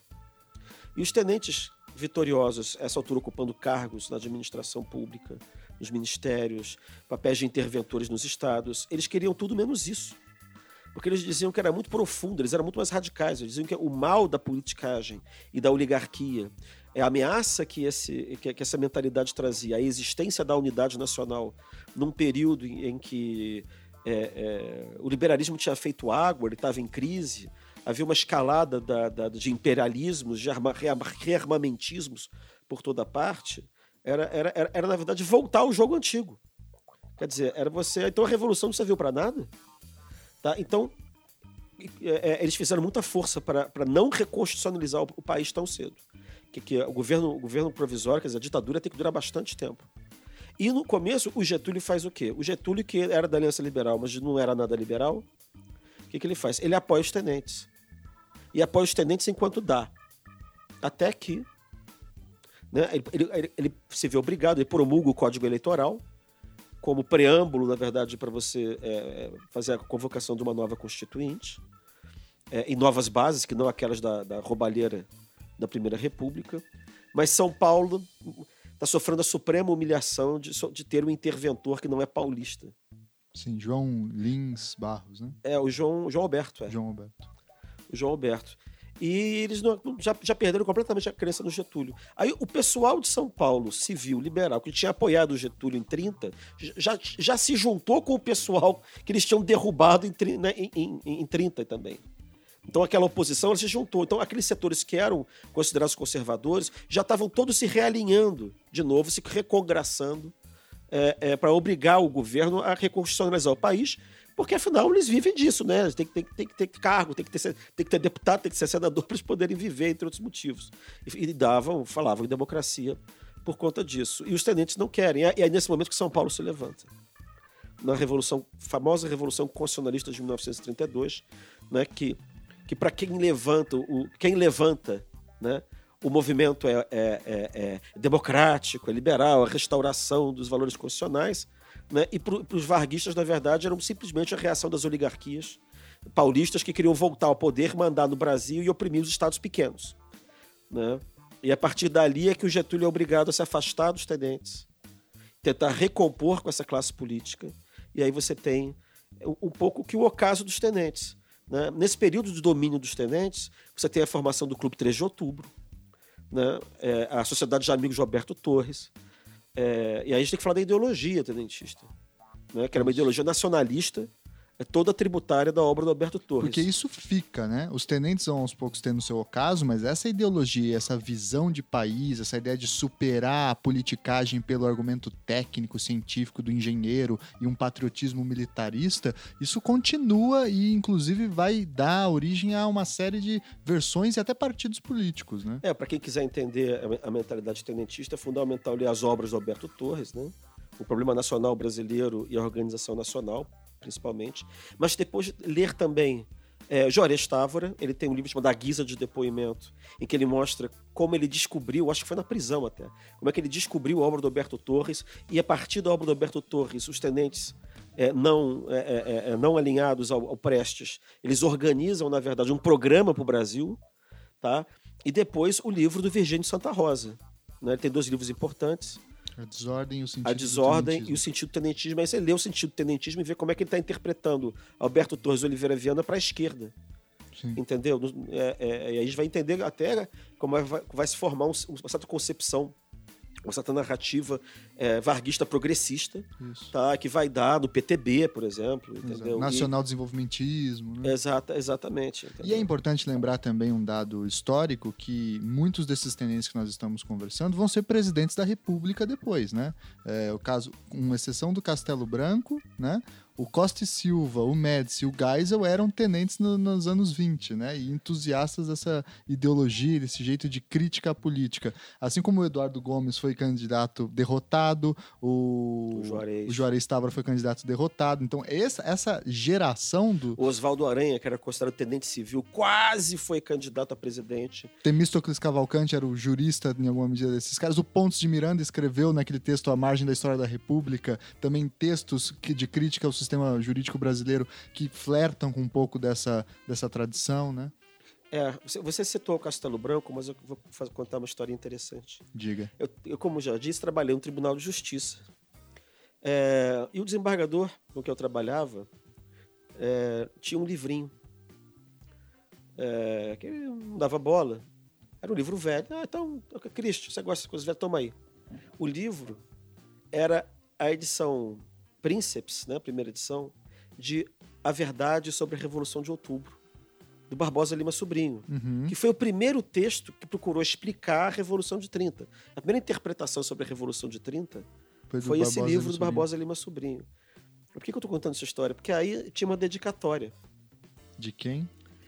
E os tenentes vitoriosos, essa altura ocupando cargos na administração pública, nos ministérios, papéis de interventores nos estados, eles queriam tudo menos isso. Porque eles diziam que era muito profundo, eles eram muito mais radicais. Eles diziam que o mal da politicagem e da oligarquia, a ameaça que essa mentalidade trazia, a existência da unidade nacional num período em que o liberalismo tinha feito água, ele estava em crise, havia uma escalada de imperialismos, de rearmamentismos por toda parte, era na verdade voltar ao jogo antigo. Quer dizer, então a revolução não serviu para nada. Tá? Então, eles fizeram muita força para não reconstitucionalizar o país tão cedo. Que o governo provisório, quer dizer, a ditadura tem que durar bastante tempo. E no começo, o Getúlio faz o quê? O Getúlio, que era da Aliança Liberal, mas não era nada liberal, o que ele faz? Ele apoia os tenentes. E apoia os tenentes enquanto dá. Até que, né, ele se vê obrigado, ele promulga o Código Eleitoral, como preâmbulo, na verdade, para você fazer a convocação de uma nova constituinte, em novas bases, que não aquelas da roubalheira da Primeira República. Mas São Paulo está sofrendo a suprema humilhação de ter um interventor que não é paulista. Sim, João Lins Barros, né? O João Alberto. João Alberto. O João Alberto. E eles já perderam completamente a crença no Getúlio. Aí o pessoal de São Paulo, civil, liberal, que tinha apoiado o Getúlio em 30, já se juntou com o pessoal que eles tinham derrubado em 30 também. Então aquela oposição ela se juntou. Então aqueles setores que eram considerados conservadores já estavam todos se realinhando de novo, se recongraçando para obrigar o governo a reconstitucionalizar o país, porque afinal eles vivem disso, né? Tem que ter cargo, tem que ter deputado, tem que ser senador para eles poderem viver, entre outros motivos. E falavam em democracia por conta disso. E os tenentes não querem. E é nesse momento que São Paulo se levanta. Na famosa Revolução Constitucionalista de 1932, né, que para quem levanta, né, o movimento é democrático, é liberal, a restauração dos valores constitucionais, né, e para os varguistas, na verdade, eram simplesmente a reação das oligarquias paulistas que queriam voltar ao poder, mandar no Brasil e oprimir os estados pequenos. Né? E a partir dali é que o Getúlio é obrigado a se afastar dos tenentes, tentar recompor com essa classe política, e aí você tem um pouco que o ocaso dos tenentes. Né? Nesse período de domínio dos tenentes, você tem a formação do Clube 3 de Outubro, né? A Sociedade de Amigos de Roberto Torres, e aí a gente tem que falar da ideologia tenentista, né? Que era uma ideologia nacionalista, toda tributária da obra do Roberto Torres. Porque isso fica, né? Os tenentes vão aos poucos tendo o seu ocaso, mas essa ideologia, essa visão de país, essa ideia de superar a politicagem pelo argumento técnico, científico do engenheiro e um patriotismo militarista, isso continua e, inclusive, vai dar origem a uma série de versões e até partidos políticos, né? Para quem quiser entender a mentalidade tenentista, é fundamental ler as obras do Roberto Torres, né? O Problema Nacional Brasileiro e a Organização Nacional, principalmente, mas depois ler também Juarez Távora. Ele tem um livro chamado A Guisa de Depoimento, em que ele mostra como ele descobriu, acho que foi na prisão até, como é que ele descobriu a obra do Roberto Torres, e a partir da obra do Roberto Torres, os tenentes não alinhados ao Prestes, eles organizam, na verdade, um programa para o Brasil, tá? E depois o livro do Virgínio Santa Rosa, né? Ele tem 2 livros importantes, A Desordem e o Sentido A Desordem do Tenentismo. e o Sentido do Tenentismo. Aí você lê o Sentido do Tenentismo e vê como é que ele está interpretando Alberto Torres Oliveira Viana para a esquerda. Sim. Entendeu? E a gente vai entender até como vai se formar uma certa concepção, uma certa narrativa varguista progressista, tá? Que vai dar no PTB, por exemplo. Entendeu? Nacional desenvolvimentismo. Né? Exatamente. Entendeu? E é importante lembrar também um dado histórico, que muitos desses tenentes que nós estamos conversando vão ser presidentes da República depois, né? O caso, com exceção do Castelo Branco, né? O Costa e Silva, o Médici e o Geisel eram tenentes nos anos 20, né? E entusiastas dessa ideologia, desse jeito de crítica à política. Assim como o Eduardo Gomes foi candidato derrotado, o Juarez Távora foi candidato derrotado. Então, essa geração do... O Oswaldo Aranha, que era considerado tenente civil, quase foi candidato a presidente. Temístocles Cavalcante era o jurista, em alguma medida, desses caras. O Pontes de Miranda escreveu naquele texto A Margem da História da República também textos de crítica ao sistema jurídico brasileiro que flertam com um pouco dessa tradição, né? Você citou o Castelo Branco, mas eu vou contar uma história interessante. Diga. Eu, como já disse, trabalhei no Tribunal de Justiça. E o desembargador com que eu trabalhava tinha um livrinho que ele não dava bola. Era um livro velho. Então, Cristo, você gosta de coisas velhas? Toma aí. O livro era a edição Princeps, né, a primeira edição, de A Verdade sobre a Revolução de Outubro, do Barbosa Lima Sobrinho, que foi o primeiro texto que procurou explicar a Revolução de 30. A primeira interpretação sobre a Revolução de 30 foi esse livro do Barbosa Lima Sobrinho. Por que eu estou contando essa história? Porque aí tinha uma dedicatória. De quem?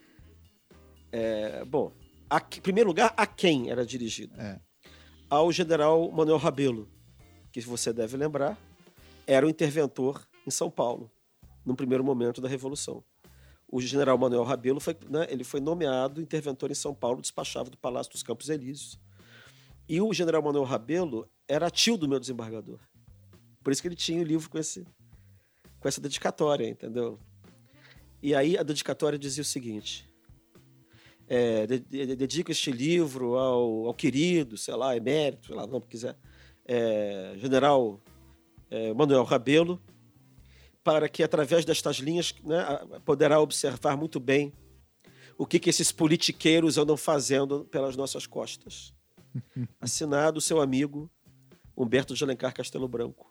Em primeiro lugar, a quem era dirigido? Ao general Manuel Rabelo, que você deve lembrar, era o interventor em São Paulo, no primeiro momento da Revolução. O general Manuel Rabelo ele foi nomeado interventor em São Paulo, despachava do Palácio dos Campos Elíseos. E o general Manuel Rabelo era tio do meu desembargador. Por isso que ele tinha o livro com essa dedicatória, entendeu? E aí a dedicatória dizia o seguinte: dedico este livro ao querido, sei lá, emérito, sei lá, não quiser, general Manuel Rabelo, para que, através destas linhas, né, poderá observar muito bem o que esses politiqueiros andam fazendo pelas nossas costas. Assinado seu amigo Humberto de Alencar Castelo Branco.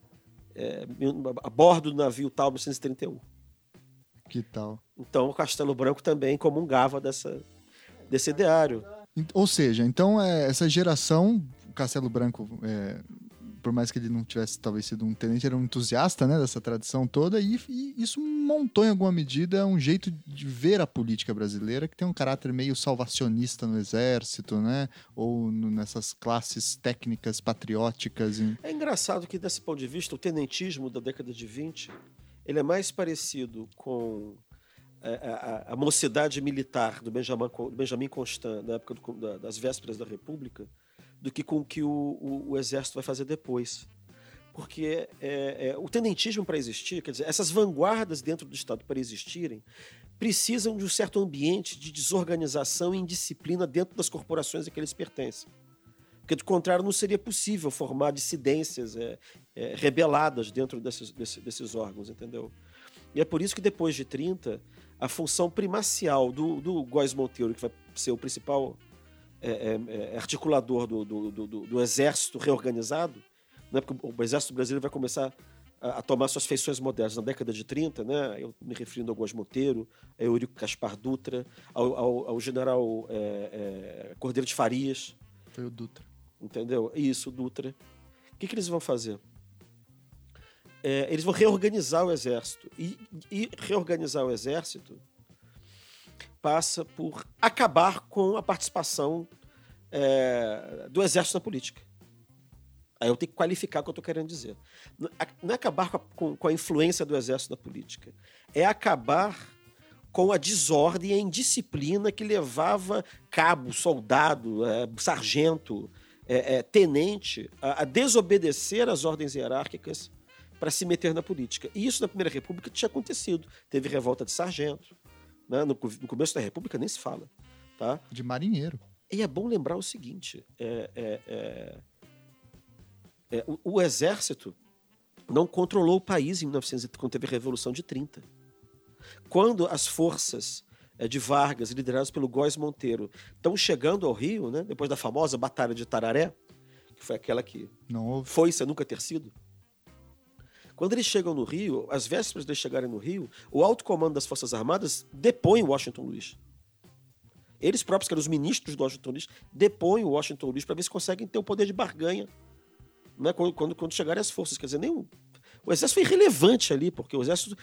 A bordo do navio tal, 1931. Que tal? Então, o Castelo Branco também comungava desse ideário. Ou seja, então essa geração, o Castelo Branco, por mais que ele não tivesse talvez sido um tenente, era um entusiasta, né, dessa tradição toda, e isso montou em alguma medida um jeito de ver a política brasileira que tem um caráter meio salvacionista no exército, né, ou nessas classes técnicas patrióticas. É engraçado que, desse ponto de vista, o tenentismo da década de 20, ele é mais parecido com a mocidade militar do Benjamin Constant, na época das vésperas da República, do que com o que o Exército vai fazer depois. Porque o tenentismo, para existir, quer dizer, essas vanguardas dentro do Estado, para existirem, precisam de um certo ambiente de desorganização e indisciplina dentro das corporações a que eles pertencem. Porque, do contrário, não seria possível formar dissidências rebeladas dentro desses órgãos, entendeu? E é por isso que, depois de 30, a função primacial do Góes Monteiro, que vai ser o principal articulador do exército reorganizado, né? Porque o exército brasileiro vai começar a tomar suas feições modernas na década de 30, né? Eu me referindo ao Góes Monteiro, a Eurico Caspar Dutra, ao general Cordeiro de Farias. Foi o Dutra. Entendeu? Isso, o Dutra. O que eles vão fazer? Eles vão reorganizar o exército. E reorganizar o exército passa por acabar com a participação do exército na política. Aí eu tenho que qualificar o que eu estou querendo dizer. Não é acabar com a influência do exército na política. É acabar com a desordem e a indisciplina que levava cabo, soldado, sargento, tenente a desobedecer às ordens hierárquicas para se meter na política. E isso na Primeira República tinha acontecido. Teve revolta de sargento. Né? No começo da República nem se fala. Tá? De marinheiro. E é bom lembrar o seguinte: o Exército não controlou o país em 1900, quando teve a Revolução de 30. Quando as forças de Vargas, lideradas pelo Góes Monteiro, estão chegando ao Rio, né, depois da famosa Batalha de Tararé, que foi aquela que não houve. Foi sem nunca ter sido. Quando eles chegam no Rio, às vésperas de eles chegarem no Rio, o alto comando das Forças Armadas depõe o Washington Luiz. Eles próprios, que eram os ministros do Washington Luiz, depõem o Washington Luiz para ver se conseguem ter o poder de barganha, né, quando chegarem as forças. Quer dizer, o exército foi irrelevante ali, porque o exército,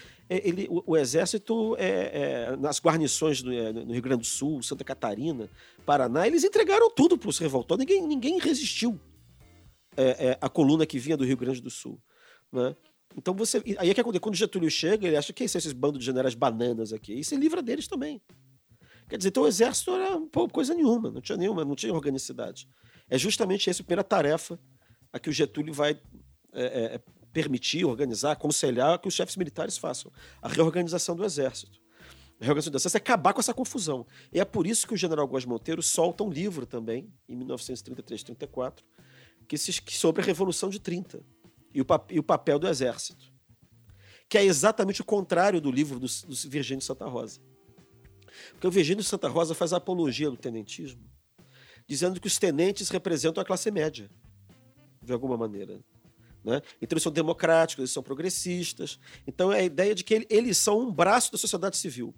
nas guarnições no Rio Grande do Sul, Santa Catarina, Paraná, eles entregaram tudo para os revoltados. Ninguém resistiu à coluna que vinha do Rio Grande do Sul. Né? Então aí é que acontece. Quando Getúlio chega, ele acha que são esses bandos de generais bananas aqui. E se livra deles também. Quer dizer, então o exército era coisa nenhuma, não tinha organicidade. É justamente essa a primeira tarefa a que o Getúlio vai permitir, organizar, aconselhar que os chefes militares façam. A reorganização do exército. A reorganização do exército é acabar com essa confusão. E é por isso que o general Góes Monteiro solta um livro também, em 1933, 34, sobre a Revolução de 30 e o papel do exército. Que é exatamente o contrário do livro do Virgínio de Santa Rosa. Porque o Virgínio de Santa Rosa faz a apologia do tenentismo, dizendo que os tenentes representam a classe média, de alguma maneira. Né? Então eles são democráticos, eles são progressistas. Então é a ideia de que eles são um braço da sociedade civil.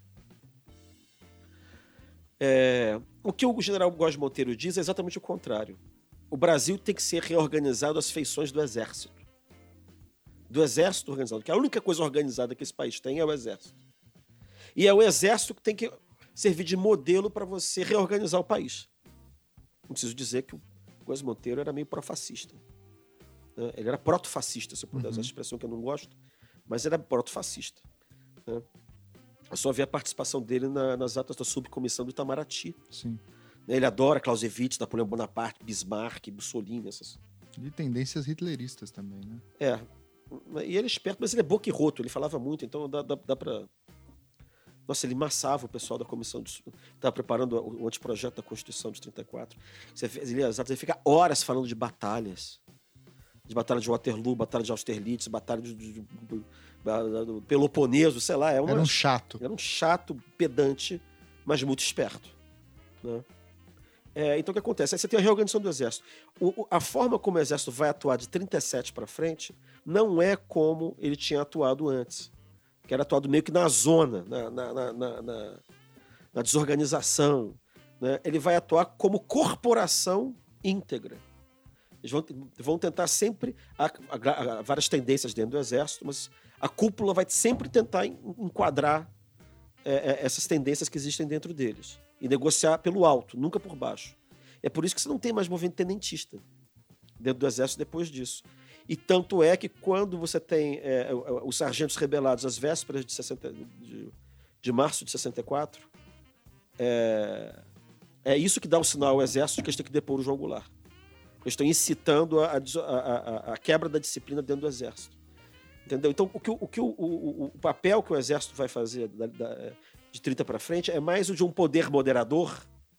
O que o general Góes Monteiro diz é exatamente o contrário. O Brasil tem que ser reorganizado às feições do exército. Do exército organizado. Porque a única coisa organizada que esse país tem é o exército. E é o exército que tem que servir de modelo para você reorganizar o país. Não preciso dizer que o Góes Monteiro era meio pró-fascista. Ele era proto-fascista, se eu puder usar essa expressão que eu não gosto, mas era proto-fascista. Né? Eu só vi a participação dele nas atas da subcomissão do Itamaraty. Sim. Ele adora Clausewitz, Napoleão Bonaparte, Bismarck, Mussolini. E tendências hitleristas também, né? E ele é esperto, mas ele é boca e roto, ele falava muito, então dá para... Nossa, ele massava o pessoal da comissão, estava preparando o anteprojeto da Constituição de 34. Ele fica horas falando de batalhas. De batalha de Waterloo, batalha de Austerlitz, batalha do Peloponeso, sei lá. Era um chato. Era um chato, pedante, mas muito esperto, né? Então o que acontece? Aí você tem a reorganização do Exército. A forma como o Exército vai atuar de 37 para frente não é como ele tinha atuado antes, que era atuado meio que na zona, na desorganização, né? Ele vai atuar como corporação íntegra. Eles vão tentar sempre... Há várias tendências dentro do Exército, mas a cúpula vai sempre tentar enquadrar essas tendências que existem dentro deles e negociar pelo alto, nunca por baixo. É por isso que você não tem mais movimento tenentista dentro do Exército depois disso. E tanto é que quando você tem os sargentos rebelados às vésperas de março de 64, é isso que dá o sinal ao Exército de que eles têm que depor o João Goulart. Eles estão incitando a quebra da disciplina dentro do Exército. Entendeu? Então, o papel que o Exército vai fazer de 30 para frente é mais o de um poder moderador,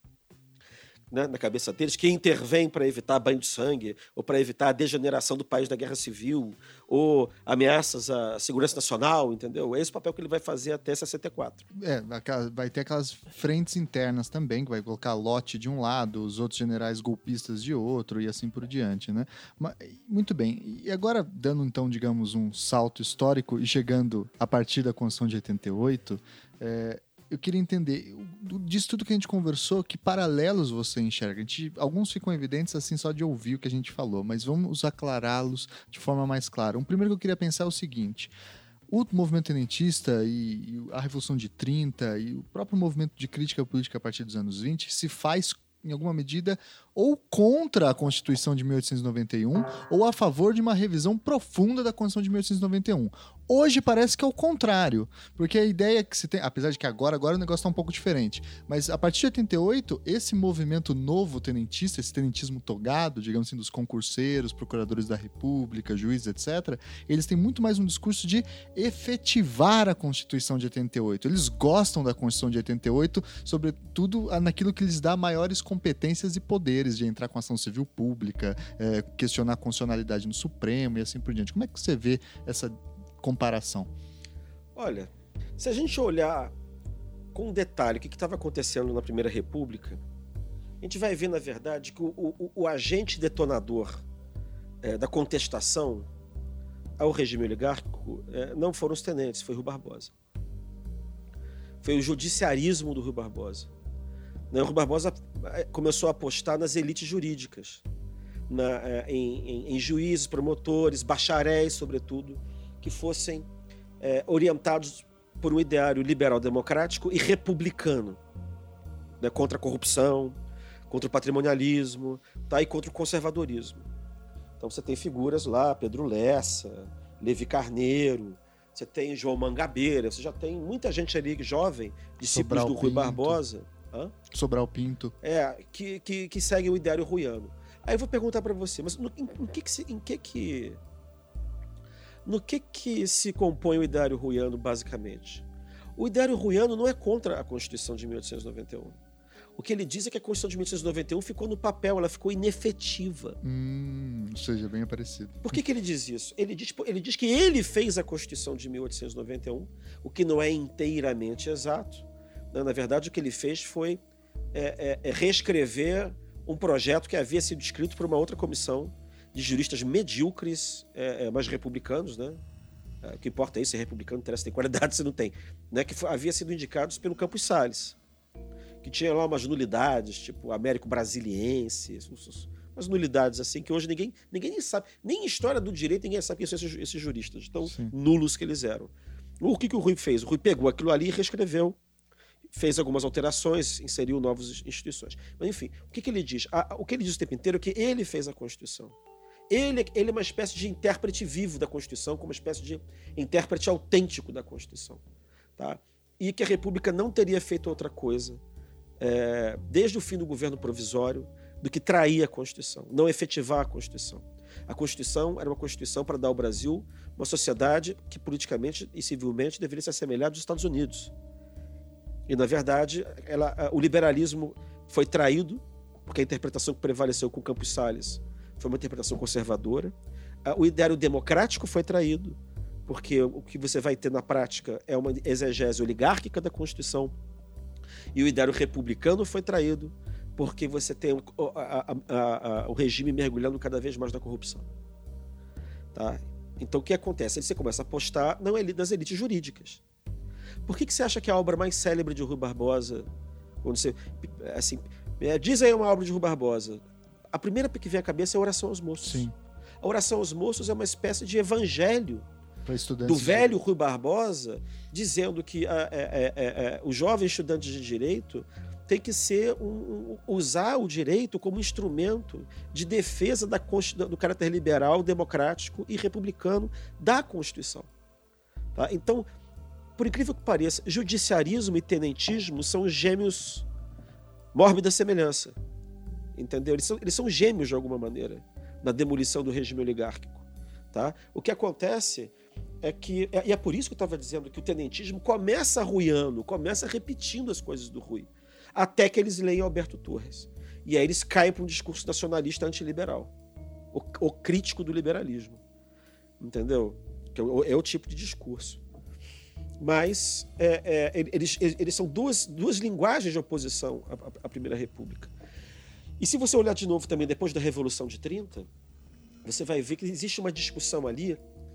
né, na cabeça deles, que intervém para evitar banho de sangue, ou para evitar a degeneração do país da guerra civil, ou ameaças à segurança nacional, entendeu? É esse o papel que ele vai fazer até 64. Vai ter aquelas frentes internas também, que vai colocar Lott de um lado, os outros generais golpistas de outro, e assim por diante, né? Muito bem. E agora, dando então, digamos, um salto histórico e chegando a partir da Constituição de 88, eu queria entender, disso tudo que a gente conversou, que paralelos você enxerga? Alguns ficam evidentes assim só de ouvir o que a gente falou, mas vamos aclará-los de forma mais clara. Um primeiro que eu queria pensar é o seguinte: o movimento tenentista e a Revolução de 30 e o próprio movimento de crítica política a partir dos anos 20 se faz, em alguma medida, ou contra a Constituição de 1891 ou a favor de uma revisão profunda da Constituição de 1891. Hoje parece que é o contrário, porque a ideia que se tem, apesar de que agora o negócio está um pouco diferente, mas a partir de 88, esse movimento novo tenentista, esse tenentismo togado, digamos assim, dos concurseiros, procuradores da República, juízes, etc., eles têm muito mais um discurso de efetivar a Constituição de 88. Eles gostam da Constituição de 88, sobretudo naquilo que lhes dá maiores competências e poderes de entrar com ação civil pública, questionar a constitucionalidade no Supremo e assim por diante. Como é que você vê essa comparação? Olha, se a gente olhar com detalhe o que estava acontecendo na Primeira República, a gente vai ver, na verdade, que o agente detonador da contestação ao regime oligárquico não foram os tenentes, foi Rui Barbosa. Foi o judiciarismo do Rui Barbosa. O Rui Barbosa começou a apostar nas elites jurídicas, em juízes, promotores, bacharéis, sobretudo, que fossem orientados por um ideário liberal-democrático e republicano, né, contra a corrupção, contra o patrimonialismo, e contra o conservadorismo. Então você tem figuras lá, Pedro Lessa, Levi Carneiro, você tem João Mangabeira, você já tem muita gente ali jovem, discípulos do Rui Barbosa. Sobral Pinto. Que segue o ideário ruiano. Aí eu vou perguntar para você, mas no que se compõe o ideário ruiano, basicamente? O ideário ruiano não é contra a Constituição de 1891. O que ele diz é que a Constituição de 1891 ficou no papel, ela ficou inefetiva. Ou seja, bem parecido. Por que ele diz isso? Ele diz que ele fez a Constituição de 1891, o que não é inteiramente exato. Na verdade, o que ele fez foi reescrever um projeto que havia sido escrito por uma outra comissão de juristas medíocres, mas republicanos, né? O que importa é isso, ser republicano, não interessa, tem qualidade, se não tem. Né? Que havia sido indicados pelo Campos Salles, que tinha lá umas nulidades, tipo Américo Brasiliense, umas nulidades assim, que hoje ninguém nem sabe, nem em história do direito ninguém sabe quem são esses juristas, tão nulos que eles eram. O que o Rui fez? O Rui pegou aquilo ali e reescreveu, fez algumas alterações, inseriu novas instituições. Mas, enfim, o que ele diz? O que ele diz o tempo inteiro é que ele fez a Constituição. Ele é uma espécie de intérprete vivo da Constituição, como uma espécie de intérprete autêntico da Constituição. Tá? E que a República não teria feito outra coisa, desde o fim do governo provisório, do que trair a Constituição, não efetivar a Constituição. A Constituição era uma Constituição para dar ao Brasil uma sociedade que politicamente e civilmente deveria se assemelhar aos Estados Unidos. E, na verdade, o liberalismo foi traído, porque a interpretação que prevaleceu com Campos Salles foi uma interpretação conservadora. O ideário democrático foi traído, porque o que você vai ter na prática é uma exegese oligárquica da Constituição, E o ideário republicano foi traído porque você tem o regime mergulhando cada vez mais na corrupção. Tá? Então, o que acontece? Aí você começa a apostar nas elites jurídicas. Por que você acha que a obra mais célebre de Rui Barbosa... Quando você, assim, diz aí uma obra de Rui Barbosa. A primeira que vem à cabeça é a Oração aos Moços. Sim. A Oração aos Moços é uma espécie de evangelho do de velho Rui Barbosa, dizendo que o jovem estudante de direito tem que usar o direito como instrumento de defesa do caráter liberal, democrático e republicano da Constituição. Tá? Então, por incrível que pareça, judiciarismo e tenentismo são gêmeos mórbida semelhança. Entendeu? Eles são gêmeos de alguma maneira na demolição do regime oligárquico. Tá? O que acontece é que, e é por isso que eu estava dizendo que o tenentismo começa arruiando, começa repetindo as coisas do Rui, até que eles leem Alberto Torres. E aí eles caem para um discurso nacionalista antiliberal, o crítico do liberalismo. Entendeu? Que é o tipo de discurso. Mas eles são duas linguagens de oposição à Primeira República. E se você olhar de novo também depois da Revolução de 30, você vai ver que existe uma discussão ali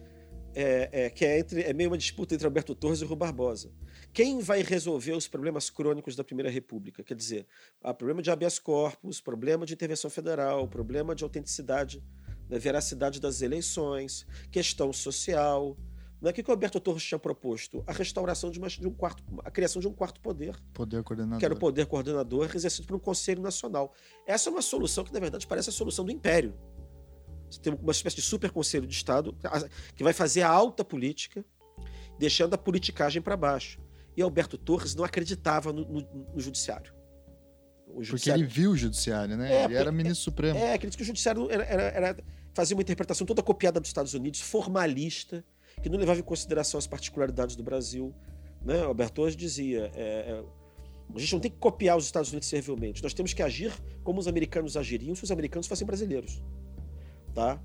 que é meio uma disputa entre Alberto Torres e Rui Barbosa. Quem vai resolver os problemas crônicos da Primeira República? Quer dizer, problema de habeas corpus, problema de intervenção federal, problema de autenticidade, veracidade das eleições, questão social. O que o Alberto Torres tinha proposto? A restauração a criação de um quarto poder. Poder coordenador. Que era o poder coordenador exercido por um Conselho Nacional. Essa é uma solução que, na verdade, parece a solução do Império. Você tem uma espécie de super conselho de Estado que vai fazer a alta política, deixando a politicagem para baixo. E Alberto Torres não acreditava no judiciário. Porque ele viu o judiciário, né? Ele era ministro supremo. Acredito que o judiciário fazia uma interpretação toda copiada dos Estados Unidos, formalista, que não levava em consideração as particularidades do Brasil. Né? Alberto Torres dizia, a gente não tem que copiar os Estados Unidos servilmente, nós temos que agir como os americanos agiriam se os americanos fossem brasileiros. Tá?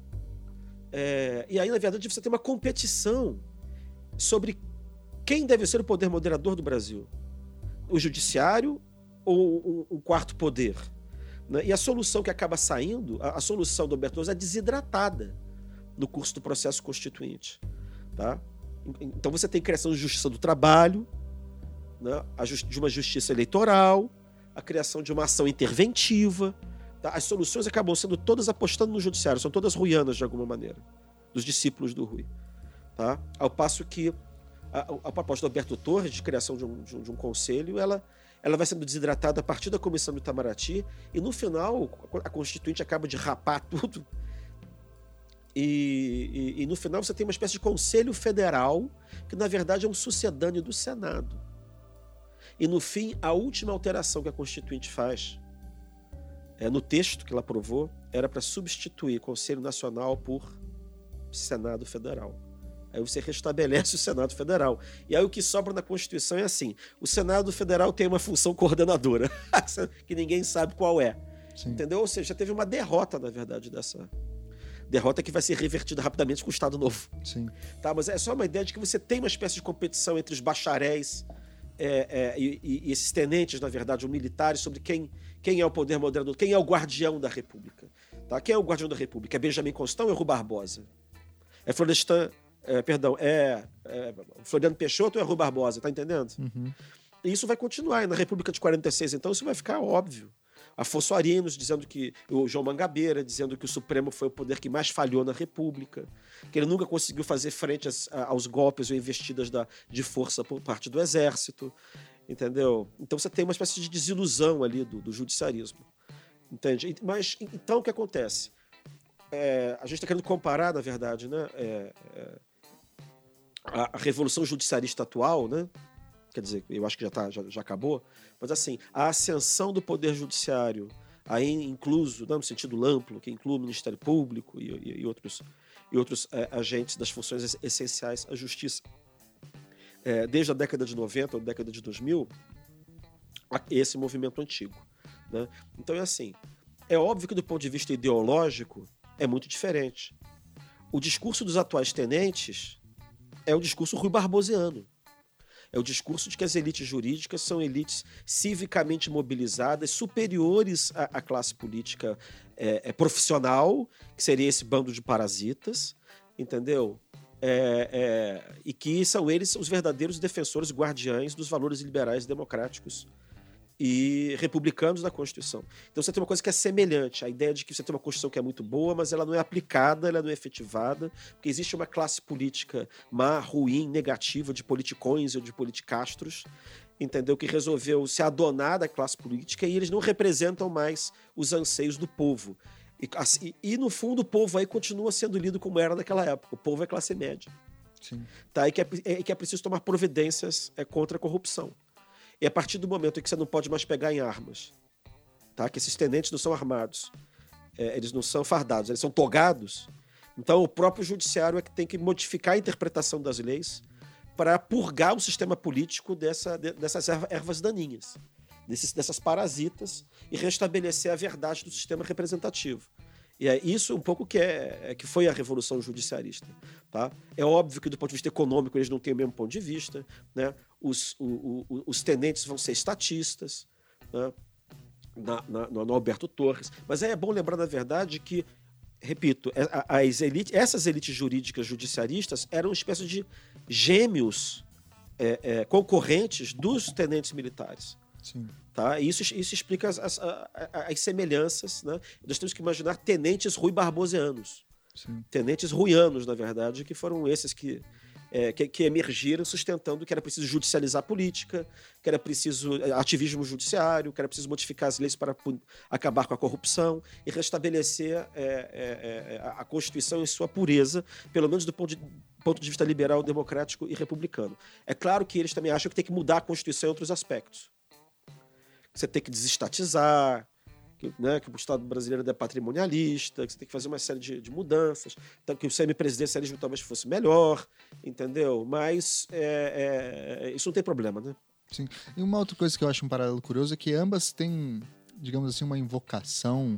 E aí, na verdade, você tem uma competição sobre quem deve ser o poder moderador do Brasil. O judiciário ou um quarto poder? Né? E a solução que acaba saindo, a solução do Alberto Torres é desidratada no curso do processo constituinte. Tá? Então você tem criação de justiça do trabalho, né? De uma justiça eleitoral, a criação de uma ação interventiva. Tá? As soluções acabam sendo todas apostando no judiciário, são todas ruianas de alguma maneira, dos discípulos do Rui. Tá? Ao passo que a proposta do Alberto Torres de criação de um conselho, ela vai sendo desidratada a partir da Comissão do Itamaraty e no final a Constituinte acaba de rapar tudo. E no final você tem uma espécie de Conselho Federal, que na verdade é um sucedâneo do Senado. E no fim, a última alteração que a Constituinte faz, no texto que ela aprovou, era para substituir Conselho Nacional por Senado Federal. Aí você restabelece o Senado Federal. E aí o que sobra na Constituição é assim, o Senado Federal tem uma função coordenadora, que ninguém sabe qual é. Sim. Entendeu? Ou seja, já teve uma derrota, na verdade, dessa... derrota que vai ser revertida rapidamente com o Estado Novo. Sim. Tá, mas é só uma ideia de que você tem uma espécie de competição entre os bacharéis e esses tenentes, na verdade, ou militares, sobre quem é o poder moderador, quem é o guardião da República. Tá? Quem é o guardião da República? É Benjamin Constant ou é Rui Barbosa? É Florestan... Floriano Peixoto ou é Rui Barbosa? Tá entendendo? Uhum. E isso vai continuar. E na República de 46, então, isso vai ficar óbvio. Afonso Arinos dizendo que o João Mangabeira dizendo que o Supremo foi o poder que mais falhou na República, que ele nunca conseguiu fazer frente aos golpes ou investidas de força por parte do Exército, entendeu? Então você tem uma espécie de desilusão ali do judiciarismo, entende? Mas então o que acontece? A gente está querendo comparar, na verdade, né, a revolução judiciarista atual, né? Quer dizer, eu acho que já acabou, mas assim, a ascensão do poder judiciário, aí incluso, no sentido amplo, que inclui o Ministério Público e outros agentes das funções essenciais à justiça, desde a década de 90 ou década de 2000, esse movimento antigo. Né? Então é assim, é óbvio que do ponto de vista ideológico é muito diferente. O discurso dos atuais tenentes é o discurso rui-barbosiano. É o discurso de que as elites jurídicas são elites civicamente mobilizadas, superiores à classe política profissional, que seria esse bando de parasitas, entendeu? E que são eles os verdadeiros defensores, guardiães dos valores liberais democráticos e republicanos da Constituição. Então você tem uma coisa que é semelhante, a ideia de que você tem uma Constituição que é muito boa, mas ela não é aplicada, ela não é efetivada, porque existe uma classe política má, ruim, negativa, de politicões ou de politicastros, entendeu? Que resolveu se adonar da classe política e eles não representam mais os anseios do povo. E no fundo, o povo aí continua sendo lido como era naquela época. O povo é classe média. Sim. Tá? E que é preciso tomar providências contra a corrupção. E a partir do momento em que você não pode mais pegar em armas, tá? Que esses tenentes não são armados, eles não são fardados, eles são togados, então o próprio judiciário é que tem que modificar a interpretação das leis para purgar o sistema político dessas ervas daninhas, dessas parasitas, e restabelecer a verdade do sistema representativo. E é isso um pouco que foi a Revolução Judiciarista. Tá? É óbvio que, do ponto de vista econômico, eles não têm o mesmo ponto de vista. Né? Os tenentes vão ser estatistas, né? no Alberto Torres. Mas é bom lembrar, na verdade, que, repito, essas elites jurídicas judiciaristas eram uma espécie de gêmeos concorrentes dos tenentes militares. Sim. Tá? E isso explica as semelhanças. Né? Nós temos que imaginar tenentes ruibarbosianos. Sim. Tenentes ruianos, na verdade, que foram esses que emergiram sustentando que era preciso judicializar a política, que era preciso ativismo judiciário, que era preciso modificar as leis para acabar com a corrupção e restabelecer a Constituição em sua pureza, pelo menos do ponto de vista liberal, democrático e republicano. É claro que eles também acham que tem que mudar a Constituição em outros aspectos. Você tem que desestatizar, que o Estado brasileiro é patrimonialista, que você tem que fazer uma série de mudanças, que o semipresidencialismo talvez fosse melhor, entendeu? Mas isso não tem problema, né? Sim. E uma outra coisa que eu acho um paralelo curioso é que ambas têm, digamos assim, uma invocação,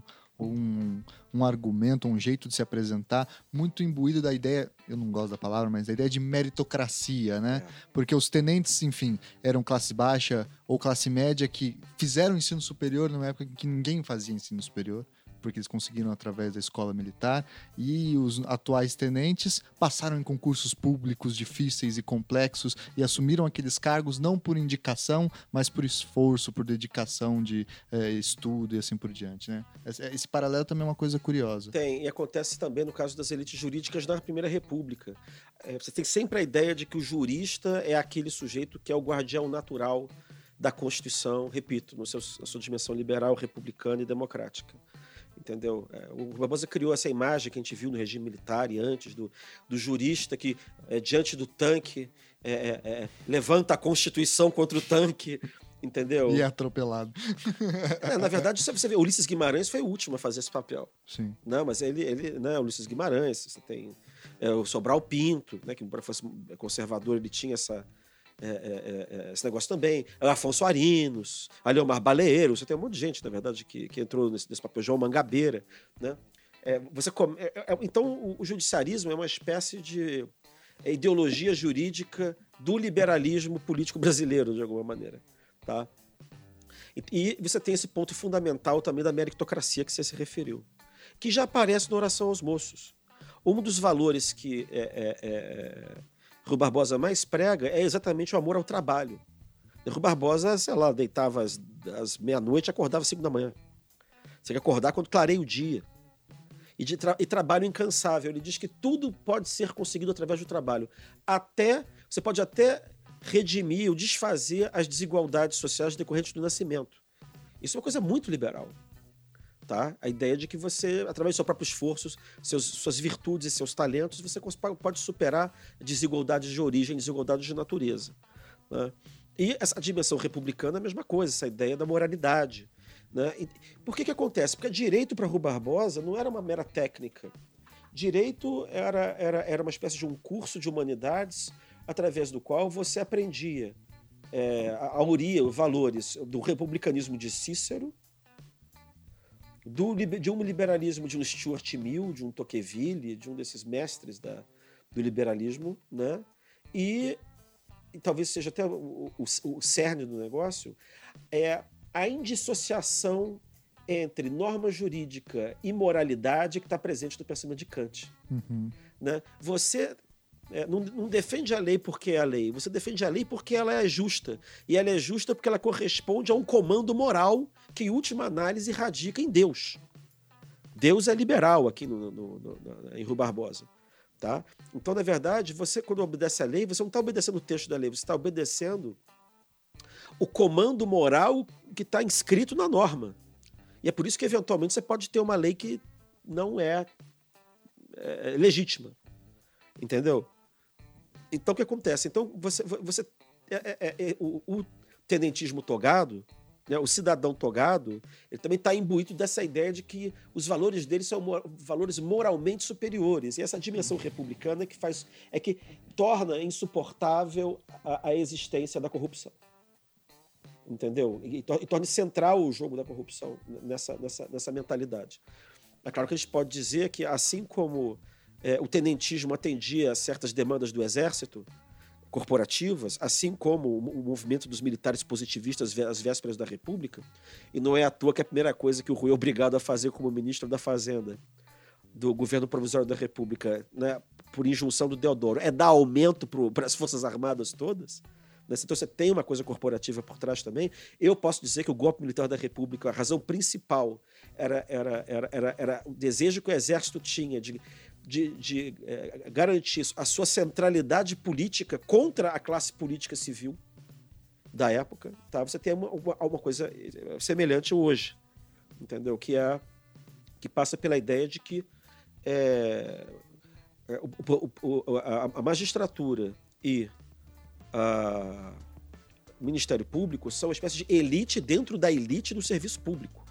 um argumento, um jeito de se apresentar muito imbuído da ideia, eu não gosto da palavra, mas da ideia de meritocracia, né? Porque os tenentes, enfim, eram classe baixa ou classe média que fizeram ensino superior numa época em que ninguém fazia ensino superior, porque eles conseguiram através da escola militar, e os atuais tenentes passaram em concursos públicos difíceis e complexos e assumiram aqueles cargos não por indicação, mas por esforço, por dedicação de estudo e assim por diante, né? Esse paralelo também é uma coisa curiosa. Tem, e acontece também no caso das elites jurídicas na Primeira República. Você tem sempre a ideia de que o jurista é aquele sujeito que é o guardião natural da Constituição, repito, na sua dimensão liberal, republicana e democrática. Entendeu? O Barbosa criou essa imagem que a gente viu no regime militar e antes do jurista que, diante do tanque, levanta a Constituição contra o tanque, entendeu? E é atropelado. Na verdade, você vê, Ulisses Guimarães foi o último a fazer esse papel. Sim. Não, mas ele Ulisses Guimarães, você tem o Sobral Pinto, né, que embora fosse conservador, ele tinha esse negócio também. Afonso Arinos, Aleomar Baleeiro, você tem um monte de gente, na verdade, que entrou nesse papel. João Mangabeira, né? Então, o judiciarismo é uma espécie de ideologia jurídica do liberalismo político brasileiro, de alguma maneira. Tá? E você tem esse ponto fundamental também da meritocracia que você se referiu, que já aparece na Oração aos Moços. Um dos valores que Rui Barbosa mais prega é exatamente o amor ao trabalho. Rui Barbosa, sei lá, deitava às meia-noite e acordava às 5 da manhã. Você tem que acordar quando clareia o dia. E trabalho incansável. Ele diz que tudo pode ser conseguido através do trabalho. Você pode até redimir ou desfazer as desigualdades sociais decorrentes do nascimento. Isso é uma coisa muito liberal. Tá? A ideia de que você, através do seu próprio esforço, suas virtudes e seus talentos, você pode superar desigualdades de origem, desigualdades de natureza. Né? E essa dimensão republicana é a mesma coisa, essa ideia da moralidade. Né? E por que acontece? Porque direito para Rui Barbosa não era uma mera técnica. Direito era uma espécie de um curso de humanidades através do qual você aprendia os valores do republicanismo de Cícero, de um liberalismo de um Stuart Mill, de um Tocqueville, de um desses mestres do liberalismo, né? E e talvez seja até o cerne do negócio, é a indissociação entre norma jurídica e moralidade que está presente no pensamento de Kant. Né? Você não defende a lei porque é a lei, você defende a lei porque ela é justa. E ela é justa porque ela corresponde a um comando moral que, em última análise, radica em Deus. Deus é liberal aqui em Rui Barbosa. Tá? Então, na verdade, você, quando obedece à lei, você não está obedecendo o texto da lei, você está obedecendo o comando moral que está inscrito na norma. E é por isso que, eventualmente, você pode ter uma lei que não é legítima. Entendeu? Então, o que acontece? Então, o tenentismo togado, né, o cidadão togado, ele também está imbuído dessa ideia de que os valores dele são valores moralmente superiores. E essa dimensão republicana que torna insuportável a existência da corrupção. Entendeu? E torna central o jogo da corrupção nessa mentalidade. É claro que a gente pode dizer que, assim como o tenentismo atendia a certas demandas do exército corporativas, assim como o movimento dos militares positivistas às vésperas da República, e não é à toa que a primeira coisa que o Rui é obrigado a fazer como ministro da Fazenda do governo provisório da República, né, por injunção do Deodoro, é dar aumento para as Forças Armadas todas. Então você tem uma coisa corporativa por trás também. Eu posso dizer que o golpe militar da República, a razão principal era o desejo que o Exército tinha de garantir a sua centralidade política contra a classe política civil da época. Tá? Você tem uma coisa semelhante hoje, entendeu? Que passa pela ideia de que a magistratura e o Ministério Público são uma espécie de elite dentro da elite do serviço público.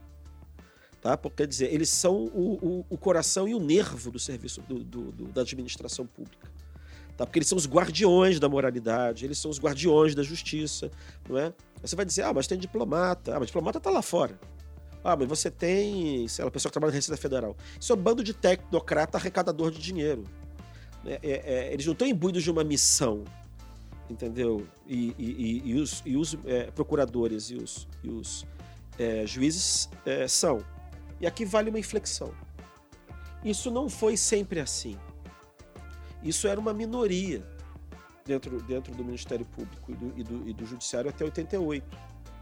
Tá? Porque, quer dizer, eles são o coração e o nervo do serviço da administração pública. Tá? Porque eles são os guardiões da moralidade, eles são os guardiões da justiça. Não é? Aí você vai dizer, mas tem diplomata. Mas diplomata está lá fora. Mas você tem, sei lá, pessoa que trabalha na Receita Federal. Isso é um bando de tecnocrata arrecadador de dinheiro. Eles não estão imbuídos de uma missão. Entendeu? E os procuradores e os juízes são. E aqui vale uma inflexão. Isso não foi sempre assim. Isso era uma minoria dentro do Ministério Público e do Judiciário até 88.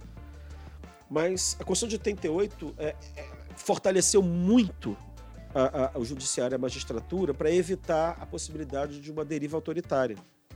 Mas a Constituição de 88 fortaleceu muito o Judiciário e a magistratura para evitar a possibilidade de uma deriva autoritária.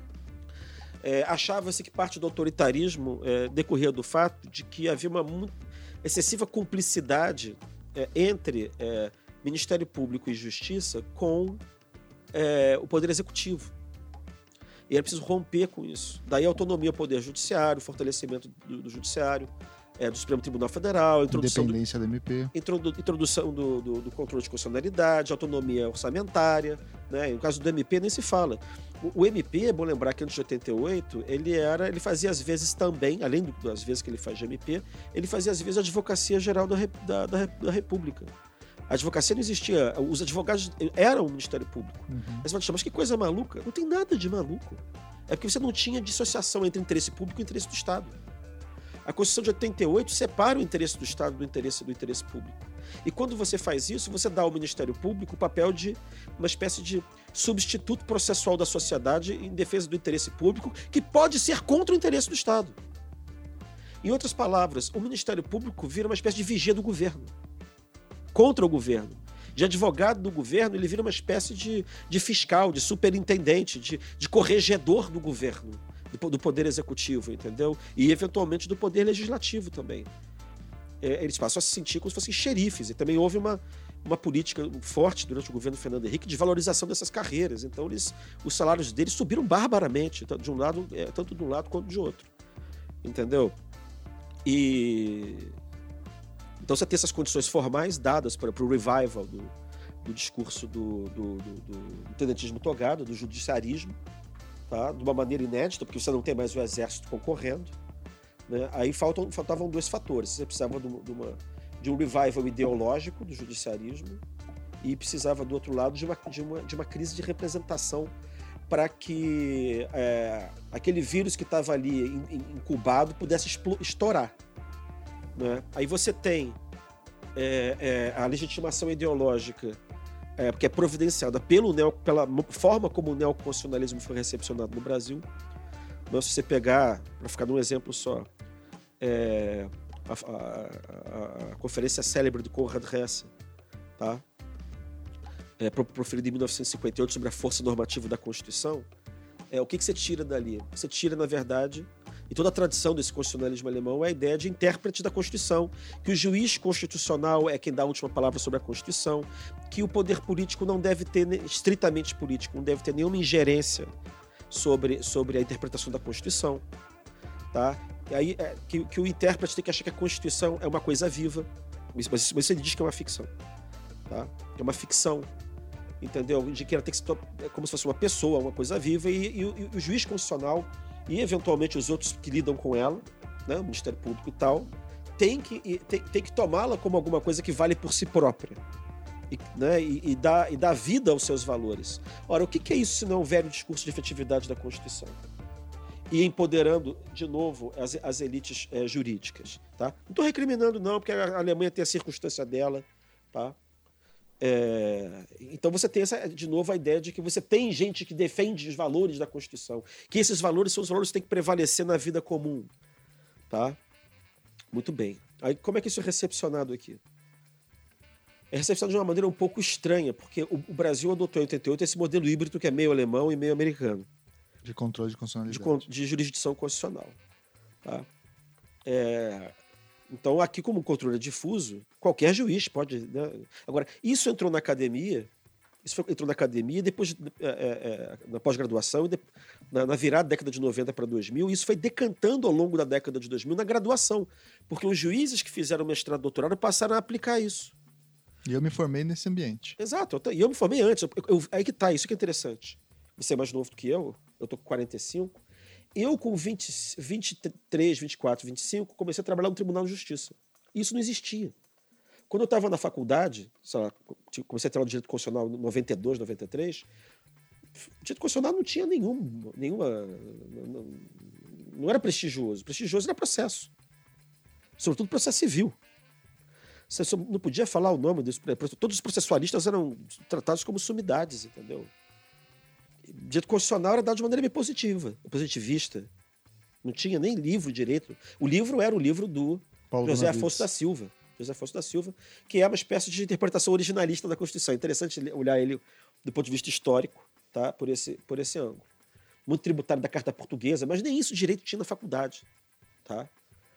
Achava-se que parte do autoritarismo decorria do fato de que havia uma excessiva cumplicidade entre Ministério Público e Justiça com o Poder Executivo. E era preciso romper com isso. Daí a autonomia ao Poder Judiciário, o fortalecimento do Judiciário, do Supremo Tribunal Federal, independência da MP. Introdução do controle de constitucionalidade, autonomia orçamentária. Né? No caso do MP nem se fala. O MP, é bom lembrar que antes de 88, ele fazia às vezes também, além das vezes que ele faz de MP, ele fazia às vezes a Advocacia Geral da República. A advocacia não existia, os advogados eram o Ministério Público. Mas você mas que coisa maluca? Não tem nada de maluco. É porque você não tinha dissociação entre interesse público e interesse do Estado. A Constituição de 88 separa o interesse do Estado do interesse público. E quando você faz isso, você dá ao Ministério Público o papel de uma espécie de substituto processual da sociedade em defesa do interesse público, que pode ser contra o interesse do Estado. Em outras palavras, o Ministério Público vira uma espécie de vigia do governo, contra o governo. De advogado do governo, ele vira uma espécie de fiscal, de superintendente, de corregedor do governo, do poder executivo, entendeu? E, eventualmente, do poder legislativo também. Eles passam a se sentir como se fossem xerifes. E também houve uma política forte durante o governo Fernando Henrique de valorização dessas carreiras. Então, os salários deles subiram barbaramente, tanto de um lado quanto de outro. Entendeu? Então, você tem essas condições formais dadas para o revival do discurso do tenentismo togado, do judiciarismo, tá? De uma maneira inédita, porque você não tem mais o exército concorrendo. Né? Aí faltavam dois fatores. Você precisava de um revival ideológico do judiciarismo e precisava, do outro lado, de uma crise de representação para que aquele vírus que estava ali incubado pudesse estourar. Né? Aí você tem a legitimação ideológica que é providenciada pela forma como o neoconstitucionalismo foi recepcionado no Brasil. Então, se você pegar, para ficar num exemplo só, a conferência célebre do Konrad Hesse, tá? Proferida em 1958 sobre a força normativa da Constituição, o que você tira dali? Você tira, na verdade, e toda a tradição desse constitucionalismo alemão é a ideia de intérprete da Constituição, que o juiz constitucional é quem dá a última palavra sobre a Constituição, que o poder político não deve ter, estritamente político, não deve ter nenhuma ingerência sobre a interpretação da Constituição. Tá? E aí, que o intérprete tem que achar que a Constituição é uma coisa viva, mas ele diz que é uma ficção. Tá? É uma ficção, entendeu? De que ela tem que ser como se fosse uma pessoa, uma coisa viva, e o juiz constitucional e, eventualmente, os outros que lidam com ela, né, o Ministério Público e tal, tem que tomá-la como alguma coisa que vale por si própria e dá vida aos seus valores. Ora, o que é isso se não o velho discurso de efetividade da Constituição? E empoderando, de novo, as elites jurídicas. Tá? Não estou recriminando, não, porque a Alemanha tem a circunstância dela. Tá? Então você tem, de novo, a ideia de que você tem gente que defende os valores da Constituição, que esses valores são os valores que têm que prevalecer na vida comum. Tá? Muito bem. Aí como é que isso é recepcionado aqui? É recepcionado de uma maneira um pouco estranha, porque o Brasil adotou em 88 esse modelo híbrido que é meio alemão e meio americano. De controle de constitucionalidade. De jurisdição constitucional. Tá? Então, aqui, como o controle é difuso, qualquer juiz pode... Né? Agora, isso entrou na academia, depois, na pós-graduação, na virada da década de 90 para 2000, e isso foi decantando ao longo da década de 2000 na graduação, porque os juízes que fizeram mestrado e doutorado passaram a aplicar isso. E eu me formei nesse ambiente. Exato, e eu me formei antes. Aí que tá, isso que é interessante. Você é mais novo do que eu tô com 45. Eu, com 23, 24, 25, comecei a trabalhar no Tribunal de Justiça. Isso não existia. Quando eu estava na faculdade, sei lá, comecei a trabalhar no Direito Constitucional em 92, 93, o Direito Constitucional não tinha nenhuma... Não era prestigioso. Prestigioso era processo. Sobretudo processo civil. Você não podia falar o nome disso. Todos os processualistas eram tratados como sumidades, entendeu? O direito constitucional era dado de maneira bem positivista. Não tinha nem livro de direito. O livro era o livro do José Afonso da Silva. José Afonso da Silva, que é uma espécie de interpretação originalista da Constituição. É interessante olhar ele do ponto de vista histórico, tá? por esse ângulo. Muito tributário da Carta Portuguesa, mas nem isso direito tinha na faculdade. Tá?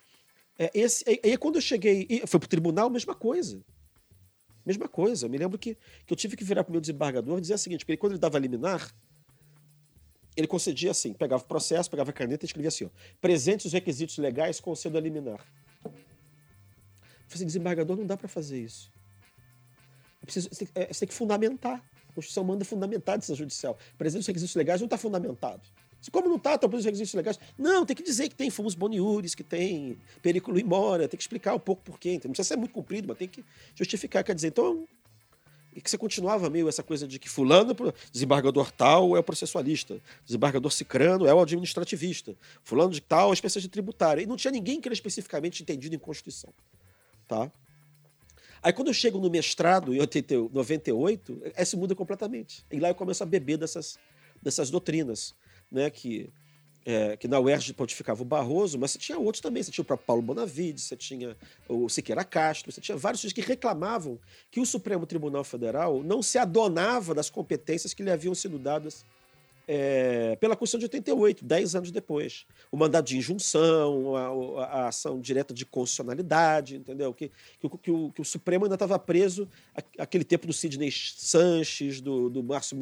Aí quando eu cheguei... Foi para o tribunal, mesma coisa. Mesma coisa. Eu me lembro que eu tive que virar para o meu desembargador e dizer o seguinte, porque quando ele dava liminar, ele concedia assim, pegava o processo, pegava a caneta e escrevia assim, ó, presentes os requisitos legais, concedo a liminar. Eu falei assim, desembargador, não dá para fazer isso. Você tem que fundamentar. A Constituição manda fundamentar a decisão judicial. Presentes os requisitos legais não está fundamentado. Como não está, estão presentes os requisitos legais? Não, tem que dizer que tem fumus boniuris, que tem periculo in mora, tem que explicar um pouco por quê. Não precisa ser muito comprido, mas tem que justificar. Quer dizer, então... E que você continuava meio essa coisa de que fulano, desembargador tal, é o processualista, desembargador cicrano é o administrativista, fulano de tal é especialista tributário. E não tinha ninguém que era especificamente entendido em Constituição. Tá? Aí quando eu chego no mestrado, em 98, essa muda completamente. E lá eu começo a beber dessas doutrinas, né, que na UERJ pontificava o Barroso, mas você tinha outros também. Você tinha o próprio Paulo Bonavides, você tinha o Siqueira Castro, você tinha vários que reclamavam que o Supremo Tribunal Federal não se adonava das competências que lhe haviam sido dadas pela Constituição de 88, 10 anos depois. O mandado de injunção, a ação direta de constitucionalidade, entendeu? Que o Supremo ainda estava preso àquele tempo do Sidney Sanches, do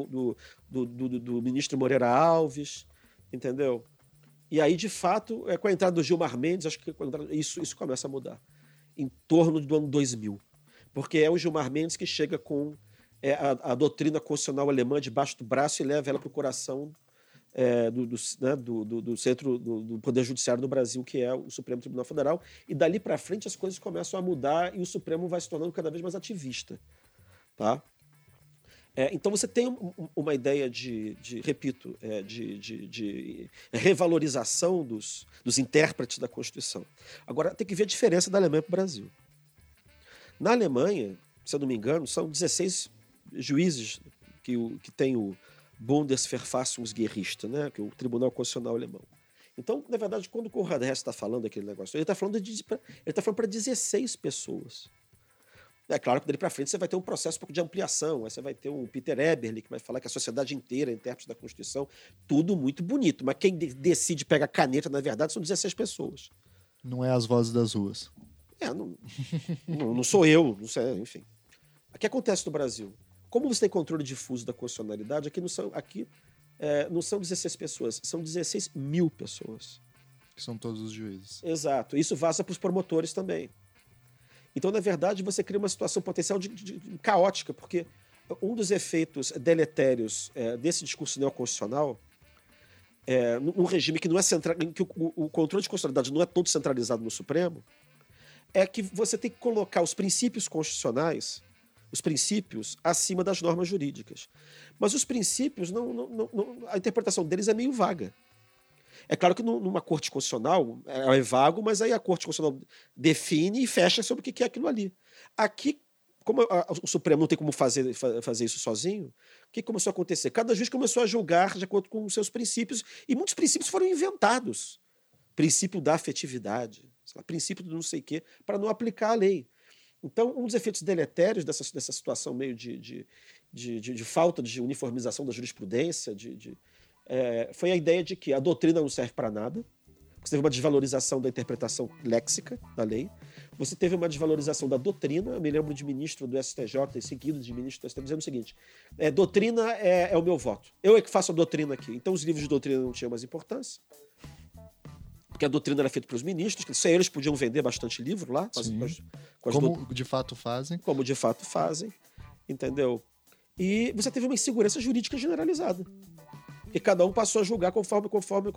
ministro Moreira Alves, entendeu? E aí, de fato, com a entrada do Gilmar Mendes, acho que isso começa a mudar. Em torno do ano 2000. Porque é o Gilmar Mendes que chega com a doutrina constitucional alemã debaixo do braço e leva ela para o coração do centro do Poder Judiciário do Brasil, que é o Supremo Tribunal Federal. E dali para frente as coisas começam a mudar e o Supremo vai se tornando cada vez mais ativista. Tá? Então você tem uma ideia repito, de revalorização dos intérpretes da Constituição. Agora, tem que ver a diferença da Alemanha para o Brasil. Na Alemanha, se eu não me engano, são 16 juízes que tem o Bundesverfassungsgericht, né, que é o Tribunal Constitucional Alemão. Então, na verdade, quando o Konrad Hess está falando aquele negócio, ele está falando para 16 pessoas. É claro que dali para frente você vai ter um processo um pouco de ampliação, aí você vai ter um Peter Eberle, que vai falar que a sociedade inteira é intérprete da Constituição, tudo muito bonito, mas quem decide pegar a caneta, na verdade, são 16 pessoas. Não é as vozes das ruas. Não sou eu, não sei, enfim. O que acontece no Brasil? Como você tem controle difuso da constitucionalidade, aqui não são 16 pessoas, são 16 mil pessoas. Que são todos os juízes. Exato. Isso vaza para os promotores também. Então, na verdade, você cria uma situação potencial caótica, porque um dos efeitos deletérios desse discurso neoconstitucional, num regime que não é que o controle de constitucionalidade não é todo centralizado no Supremo, é que você tem que colocar os princípios constitucionais, os princípios, acima das normas jurídicas. Mas os princípios, a interpretação deles é meio vaga. É claro que numa corte constitucional é vago, mas aí a corte constitucional define e fecha sobre o que é aquilo ali. Aqui, como o Supremo não tem como fazer isso sozinho, o que começou a acontecer? Cada juiz começou a julgar de acordo com os seus princípios, e muitos princípios foram inventados. Princípio da afetividade, princípio do não sei o quê, para não aplicar a lei. Então, um dos efeitos deletérios dessa situação meio de falta de uniformização da jurisprudência, foi a ideia de que a doutrina não serve para nada. Você teve uma desvalorização da interpretação léxica da lei. Você teve uma desvalorização da doutrina. Eu me lembro de ministro do STJ, seguido de ministro do STJ, dizendo o seguinte: doutrina é o meu voto. Eu é que faço a doutrina aqui. Então, os livros de doutrina não tinham mais importância, porque a doutrina era feita pelos ministros, que eles podiam vender bastante livro lá. Como de fato fazem. Como de fato fazem, entendeu? E você teve uma insegurança jurídica generalizada. Porque cada um passou a julgar conforme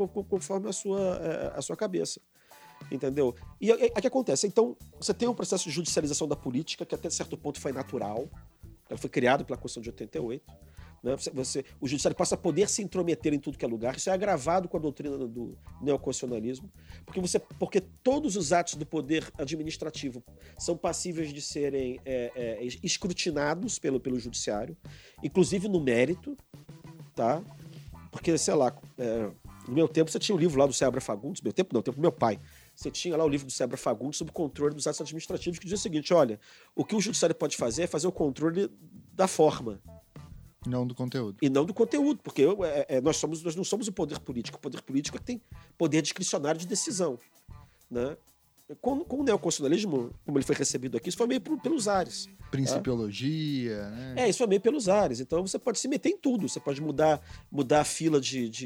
a sua cabeça. Entendeu? E o que acontece? Então, você tem um processo de judicialização da política, que até certo ponto foi natural. Ela foi criado pela Constituição de 88. Né? O judiciário passa a poder se intrometer em tudo que é lugar. Isso é agravado com a doutrina do neoconstitucionalismo, porque todos os atos do poder administrativo são passíveis de serem escrutinados pelo judiciário, inclusive no mérito, tá? Porque, sei lá, no meu tempo você tinha o livro lá do Seabra Fagundes, no tempo do meu pai. Você tinha lá o livro do Seabra Fagundes sobre o controle dos atos administrativos, que dizia o seguinte: olha, o que o judiciário pode fazer é fazer o controle da forma. Não do conteúdo. E não do conteúdo, porque nós não somos o poder político. O poder político é que tem poder discricionário de decisão. Né? Com o neoconstitucionalismo, como ele foi recebido aqui, isso foi meio pelos ares. Principiologia, né? Isso foi meio pelos ares. Então você pode se meter em tudo. Você pode mudar a fila do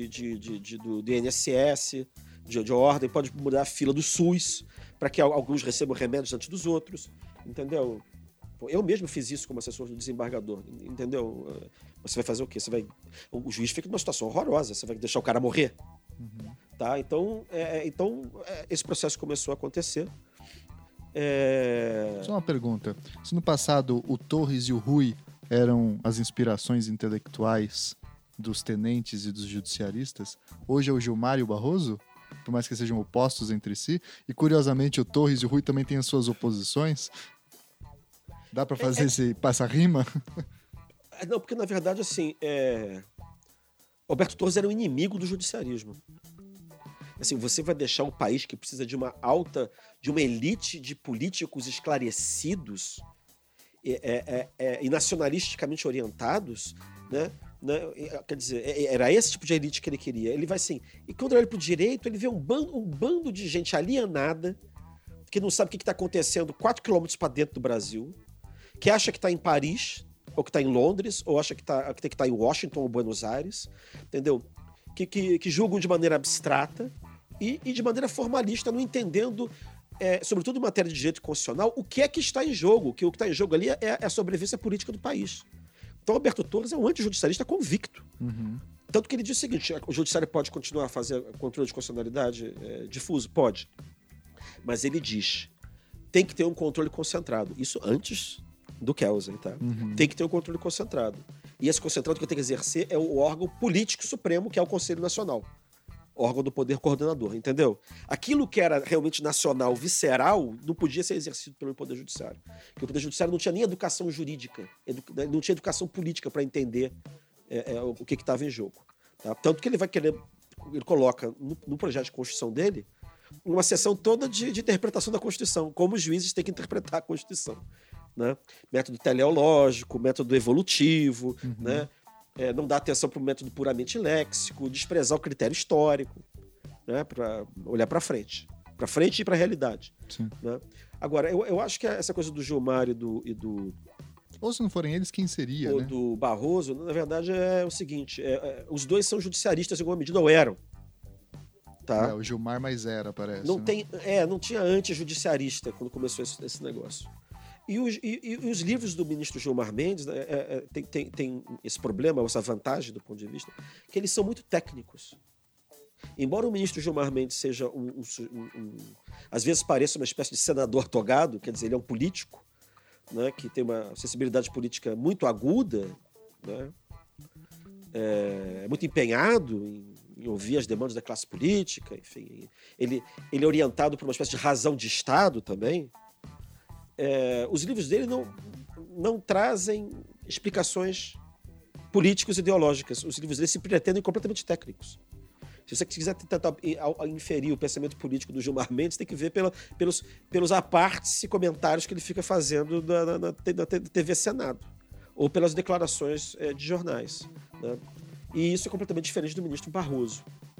INSS, de ordem, pode mudar a fila do SUS, para que alguns recebam remédios antes dos outros. Entendeu? Eu mesmo fiz isso como assessor do desembargador, entendeu? Você vai fazer o quê? O juiz fica numa situação horrorosa, você vai deixar o cara morrer? Uhum. Tá? Então, esse processo começou a acontecer. Só uma pergunta. Se no passado o Torres e o Rui eram as inspirações intelectuais dos tenentes e dos judiciaristas, hoje é o Gilmar e o Barroso? Por mais que sejam opostos entre si. E, curiosamente, o Torres e o Rui também têm as suas oposições. Dá pra fazer esse passa-rima? Não, porque na verdade, assim, Roberto Torres era um inimigo do judiciarismo. Assim, você vai deixar um país que precisa de uma elite de políticos esclarecidos e nacionalisticamente orientados, né? Quer dizer, era esse tipo de elite que ele queria. Ele vai assim, e quando ele olha pro direito, ele vê um bando de gente alienada, que não sabe o que está acontecendo 4 quilômetros para dentro do Brasil, que acha que está em Paris, ou que está em Londres, ou acha que tem que estar em Washington ou Buenos Aires, entendeu? Que julgam de maneira abstrata e de maneira formalista, não entendendo, sobretudo em matéria de direito constitucional, o que é que está em jogo. Que o que está em jogo ali é a sobrevivência política do país. Então, Alberto Torres é um antijudicialista convicto. Uhum. Tanto que ele diz o seguinte: o judiciário pode continuar a fazer controle de constitucionalidade difuso? Pode. Mas ele diz, tem que ter um controle concentrado. Isso antes do Kelsen, tá? Uhum. Tem que ter um controle concentrado. E esse concentrado que tem que exercer é o órgão político supremo, que é o Conselho Nacional. Órgão do poder coordenador, entendeu? Aquilo que era realmente nacional, visceral, não podia ser exercido pelo Poder Judiciário. Porque o Poder Judiciário não tinha nem educação jurídica, não tinha educação política para entender o que estava em jogo. Tá? Tanto que ele vai querer, ele coloca no projeto de Constituição dele uma seção toda de interpretação da Constituição, como os juízes têm que interpretar a Constituição. Né? Método teleológico, método evolutivo, né? Não dar atenção para o método puramente léxico, desprezar o critério histórico, né? Para olhar para frente e para a realidade. Né? Agora, eu acho que essa coisa do Gilmar e do ou se não forem eles, quem seria? Ou né? do Barroso, na verdade é o seguinte, os dois são judiciaristas em alguma medida, ou eram. Tá? O Gilmar mais era, parece. Não tinha antijudiciarista quando começou esse negócio. E os livros do ministro Gilmar Mendes tem esse problema, essa vantagem do ponto de vista, que eles são muito técnicos. Embora o ministro Gilmar Mendes seja às vezes pareça uma espécie de senador togado, quer dizer, ele é um político, né, que tem uma sensibilidade política muito aguda, né, muito empenhado em ouvir as demandas da classe política, enfim. Ele é orientado por uma espécie de razão de Estado também. Os livros dele não trazem explicações políticas e ideológicas. Os livros dele se pretendem completamente técnicos. Se você quiser tentar inferir o pensamento político do Gilmar Mendes, tem que ver pelos apartes e comentários que ele fica fazendo na TV Senado, ou pelas declarações de jornais. Né? E isso é completamente diferente do ministro Barroso.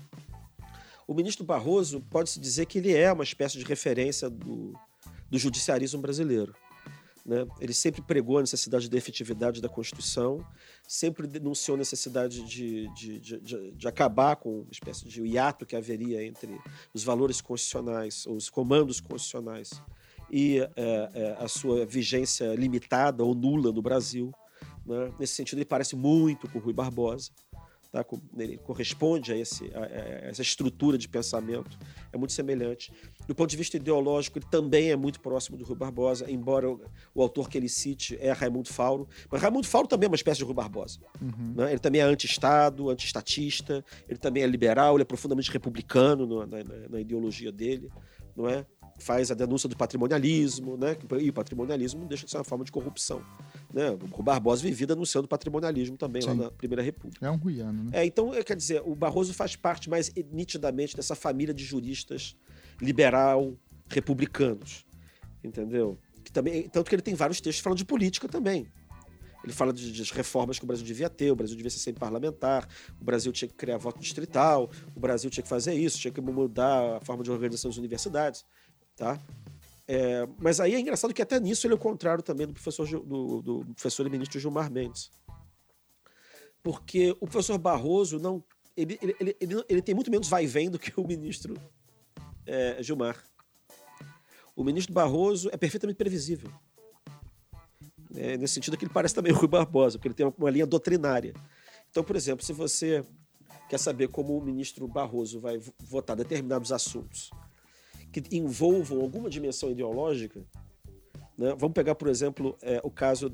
O ministro Barroso pode-se dizer que ele é uma espécie de referência do judiciarismo brasileiro. Né? Ele sempre pregou a necessidade de efetividade da Constituição, sempre denunciou a necessidade de acabar com uma espécie de hiato que haveria entre os valores constitucionais, os comandos constitucionais, e a sua vigência limitada ou nula no Brasil. Né? Nesse sentido, ele parece muito com Rui Barbosa. Tá? Ele corresponde a essa estrutura de pensamento, é muito semelhante. Do ponto de vista ideológico, ele também é muito próximo do Rui Barbosa, embora o autor que ele cite é Raimundo Fauro. Mas Raimundo Fauro também é uma espécie de Rui Barbosa. Né? Ele também é anti-Estado, anti-estatista, ele também é liberal, ele é profundamente republicano na ideologia dele, não é? Faz a denúncia do patrimonialismo, né? E o patrimonialismo não deixa de ser uma forma de corrupção. Né? O Barbosa vivia denunciando o patrimonialismo também. Sim. Lá na Primeira República. É um guiano, né? Então, quer dizer, o Barroso faz parte mais nitidamente dessa família de juristas liberal, republicanos. Entendeu? Tanto que ele tem vários textos falando de política também. Ele fala das reformas que o Brasil devia ter, o Brasil devia ser sempre parlamentar, o Brasil tinha que criar voto distrital, o Brasil tinha que fazer isso, tinha que mudar a forma de organização das universidades. Tá? Mas aí é engraçado que até nisso ele é o contrário também do professor e ministro Gilmar Mendes. Porque o professor Barroso ele tem muito menos vai e vem do que o ministro Gilmar. O ministro Barroso é perfeitamente previsível. Nesse sentido que ele parece também o Rui Barbosa, porque ele tem uma linha doutrinária. Então, por exemplo, se você quer saber como o ministro Barroso vai votar determinados assuntos que envolvam alguma dimensão ideológica, né? Vamos pegar, por exemplo, o caso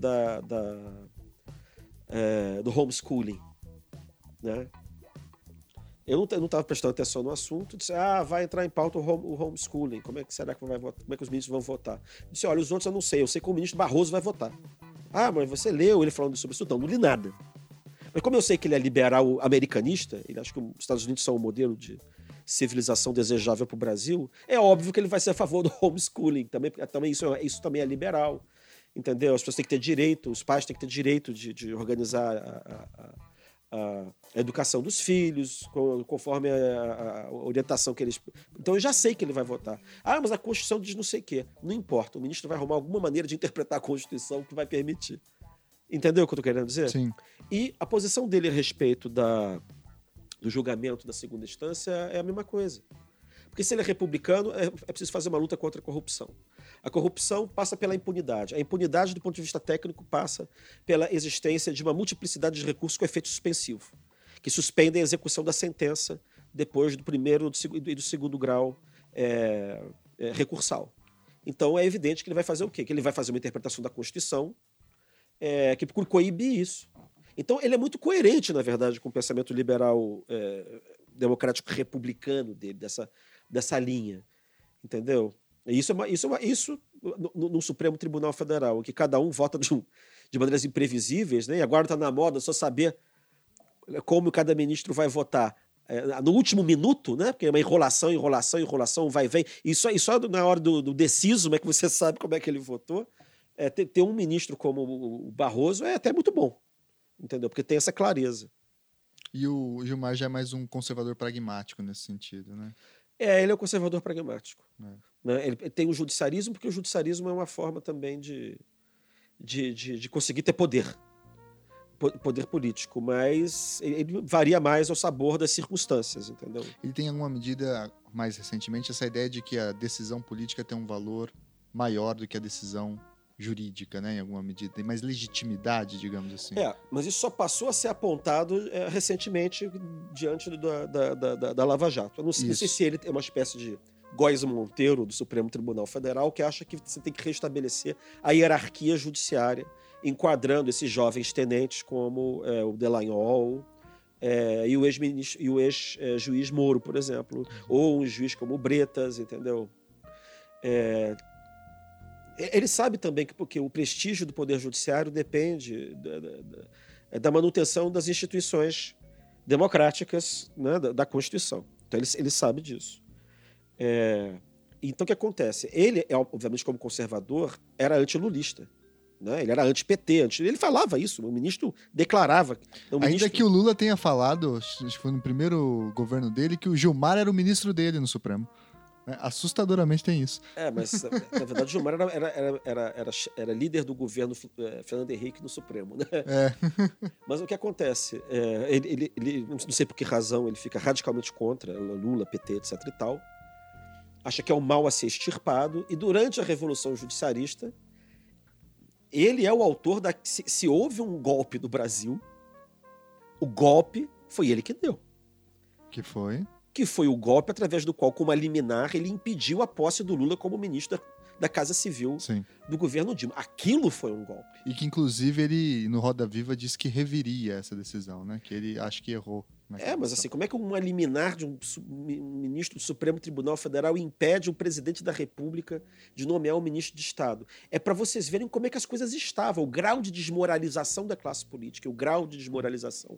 do homeschooling. Né? Eu não estava prestando atenção no assunto, disse, vai entrar em pauta o homeschooling, como é que será que vai votar? Como é que os ministros vão votar? Eu disse, olha, os outros eu não sei, eu sei como o ministro Barroso vai votar. Mas você leu ele falando sobre isso? Não li nada. Mas como eu sei que ele é liberal americanista, ele acha que os Estados Unidos são um modelo de civilização desejável para o Brasil, é óbvio que ele vai ser a favor do homeschooling. Também isso também é liberal. Entendeu? As pessoas têm que ter direito, os pais têm que ter direito de organizar a educação dos filhos, conforme a orientação que eles... Então eu já sei que ele vai votar. Mas a Constituição diz não sei o quê. Não importa, o ministro vai arrumar alguma maneira de interpretar a Constituição que vai permitir. Entendeu o que eu estou querendo dizer? Sim. E a posição dele a respeito do julgamento da segunda instância é a mesma coisa. Porque se ele é republicano, é preciso fazer uma luta contra a corrupção. A corrupção passa pela impunidade. A impunidade, do ponto de vista técnico, passa pela existência de uma multiplicidade de recursos com efeito suspensivo, que suspendem a execução da sentença depois do primeiro e do segundo grau recursal. Então é evidente que ele vai fazer o quê? Que ele vai fazer uma interpretação da Constituição que procura coibir isso. Então, ele é muito coerente, na verdade, com o pensamento liberal democrático republicano dele, dessa linha. Entendeu? Isso no Supremo Tribunal Federal, que cada um vota de maneiras imprevisíveis, né? E agora está na moda só saber como cada ministro vai votar no último minuto, né? Porque é uma enrolação, vai e vem. E só na hora do deciso é que você sabe como é que ele votou. Ter um ministro como o Barroso é até muito bom, entendeu? Porque tem essa clareza. E o Gilmar já é mais um conservador pragmático nesse sentido, né? Ele é um conservador pragmático. Né? Ele tem o judiciarismo, porque o judiciarismo é uma forma também de conseguir ter poder político, mas ele varia mais ao sabor das circunstâncias, entendeu? Ele tem, em alguma medida, mais recentemente, essa ideia de que a decisão política tem um valor maior do que a decisão jurídica, né? Em alguma medida. Tem mais legitimidade, digamos assim. Mas isso só passou a ser apontado recentemente diante da Lava Jato. Eu não sei se ele é uma espécie de Góes Monteiro do Supremo Tribunal Federal, que acha que você tem que restabelecer a hierarquia judiciária, enquadrando esses jovens tenentes como o Delanhol e o ex-juiz Moro, por exemplo, ou um juiz como o Bretas, entendeu? Ele sabe também que porque o prestígio do Poder Judiciário depende da manutenção das instituições democráticas, né, da Constituição. Então ele sabe disso. Então o que acontece? Ele, obviamente, como conservador, era antilulista. Né? Ele era anti-PT. Ele falava isso, o ministro declarava. Ainda que o Lula tenha falado, acho que foi no primeiro governo dele, que o Gilmar era o ministro dele no Supremo. Assustadoramente tem isso. Mas na verdade o Gilmar era líder do governo Fernando Henrique no Supremo. Né? Mas o que acontece? Ele, não sei por que razão, ele fica radicalmente contra Lula, PT, etc. e tal. Acha que é um mal a ser extirpado. E durante a Revolução Judiciarista, ele é o autor se houve um golpe no Brasil, o golpe foi ele que deu. Que foi? Que foi o golpe através do qual, com uma liminar, ele impediu a posse do Lula como ministro da Casa Civil do governo Dilma. Aquilo foi um golpe. E que, inclusive, ele, no Roda Viva, disse que reviria essa decisão, né? Que ele acho que errou. Mas assim, como é que uma liminar de um ministro do Supremo Tribunal Federal impede o presidente da República de nomear um ministro de Estado? É para vocês verem como é que as coisas estavam, o grau de desmoralização da classe política, o grau de desmoralização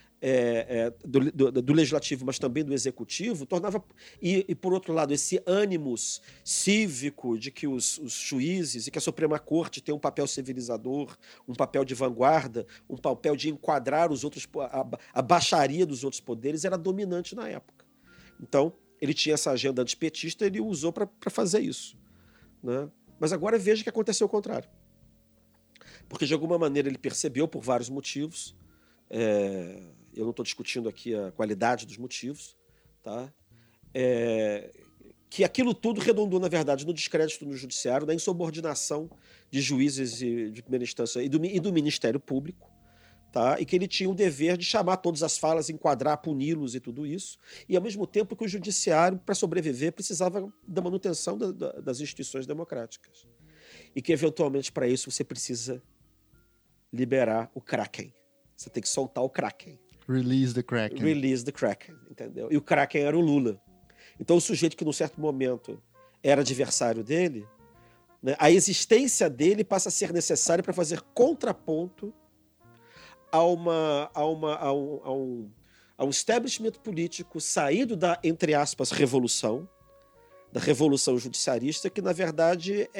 do legislativo, mas também do executivo, tornava... E por outro lado, esse ânimos cívico de que os juízes e que a Suprema Corte tem um papel civilizador, um papel de vanguarda, um papel de enquadrar os outros, a baixaria dos outros poderes, era dominante na época. Então, ele tinha essa agenda antipetista, ele usou para fazer isso. Né? Mas agora veja que aconteceu o contrário. Porque, de alguma maneira, ele percebeu, por vários motivos, eu não estou discutindo aqui a qualidade dos motivos, tá? Que aquilo tudo redundou, na verdade, no descrédito no judiciário, na insubordinação de juízes de primeira instância e do Ministério Público, tá? E que ele tinha o dever de chamar todas as falas, enquadrar, puni-los e tudo isso, e ao mesmo tempo que o judiciário, para sobreviver, precisava da manutenção das instituições democráticas. E que, eventualmente, para isso, você precisa liberar o Kraken. Você tem que soltar o Kraken. Release the Kraken. Release the Kraken, entendeu? E o Kraken era o Lula. Então o sujeito que, num certo momento, era adversário dele, né, a existência dele passa a ser necessária para fazer contraponto a um establishment político saído da, entre aspas, revolução, da revolução judiciarista, que, na verdade,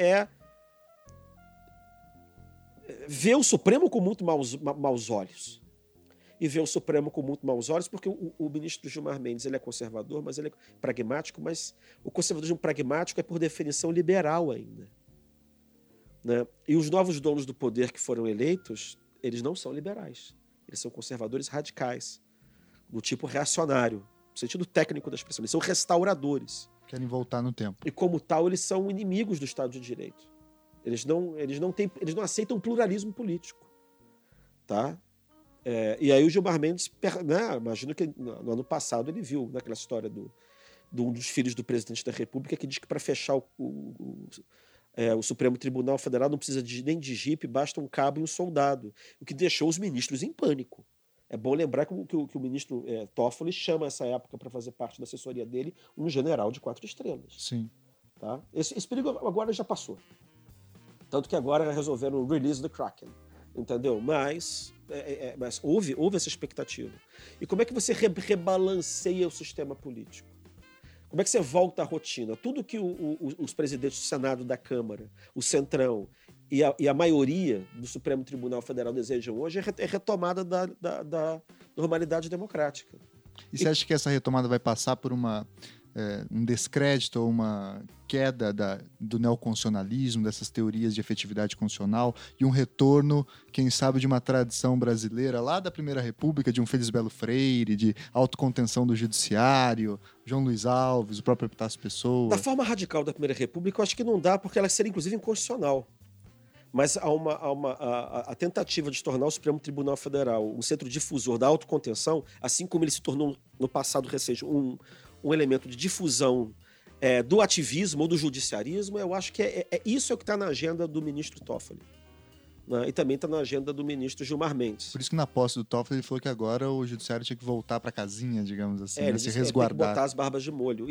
vê o Supremo com muito maus olhos. E vê o Supremo com muito maus olhos, porque o ministro Gilmar Mendes ele é conservador, mas ele é pragmático, mas o conservadorismo pragmático é, por definição, liberal ainda. Né? E os novos donos do poder que foram eleitos, eles não são liberais. Eles são conservadores radicais, do tipo reacionário, no sentido técnico da expressão. Eles são restauradores. Querem voltar no tempo. E, como tal, eles são inimigos do Estado de Direito. Eles não aceitam pluralismo político. Tá? E aí o Gilmar Mendes, né, imagino que no ano passado ele viu naquela história de um dos filhos do presidente da República que diz que para fechar O Supremo Tribunal Federal não precisa nem de jipe, basta um cabo e um soldado, o que deixou os ministros em pânico. É bom lembrar que o ministro Toffoli chama essa época para fazer parte da assessoria dele um general de 4 estrelas. Sim. Tá? Esse perigo agora já passou. Tanto que agora resolveram o release do Kraken. Entendeu? Mas houve essa expectativa. E como é que você rebalanceia o sistema político? Como é que você volta à rotina? Tudo que os presidentes do Senado, da Câmara, o Centrão e a maioria do Supremo Tribunal Federal desejam hoje é retomada da normalidade democrática. E você acha que essa retomada vai passar por um descrédito ou uma queda do neoconstitucionalismo, dessas teorias de efetividade constitucional e um retorno, quem sabe, de uma tradição brasileira lá da Primeira República, de um Félix Belo Freire, de autocontenção do judiciário, João Luiz Alves, o próprio Epitácio Pessoa? Da forma radical da Primeira República, eu acho que não dá, porque ela seria, inclusive, inconstitucional. Mas a tentativa de tornar o Supremo Tribunal Federal um centro difusor da autocontenção, assim como ele se tornou no passado recente um elemento de difusão do ativismo ou do judiciarismo, eu acho que isso é o que está na agenda do ministro Toffoli. Né? E também está na agenda do ministro Gilmar Mendes. Por isso que na posse do Toffoli ele falou que agora o judiciário tinha que voltar para a casinha, digamos assim, ele se disse resguardar. Tem que botar as barbas de molho,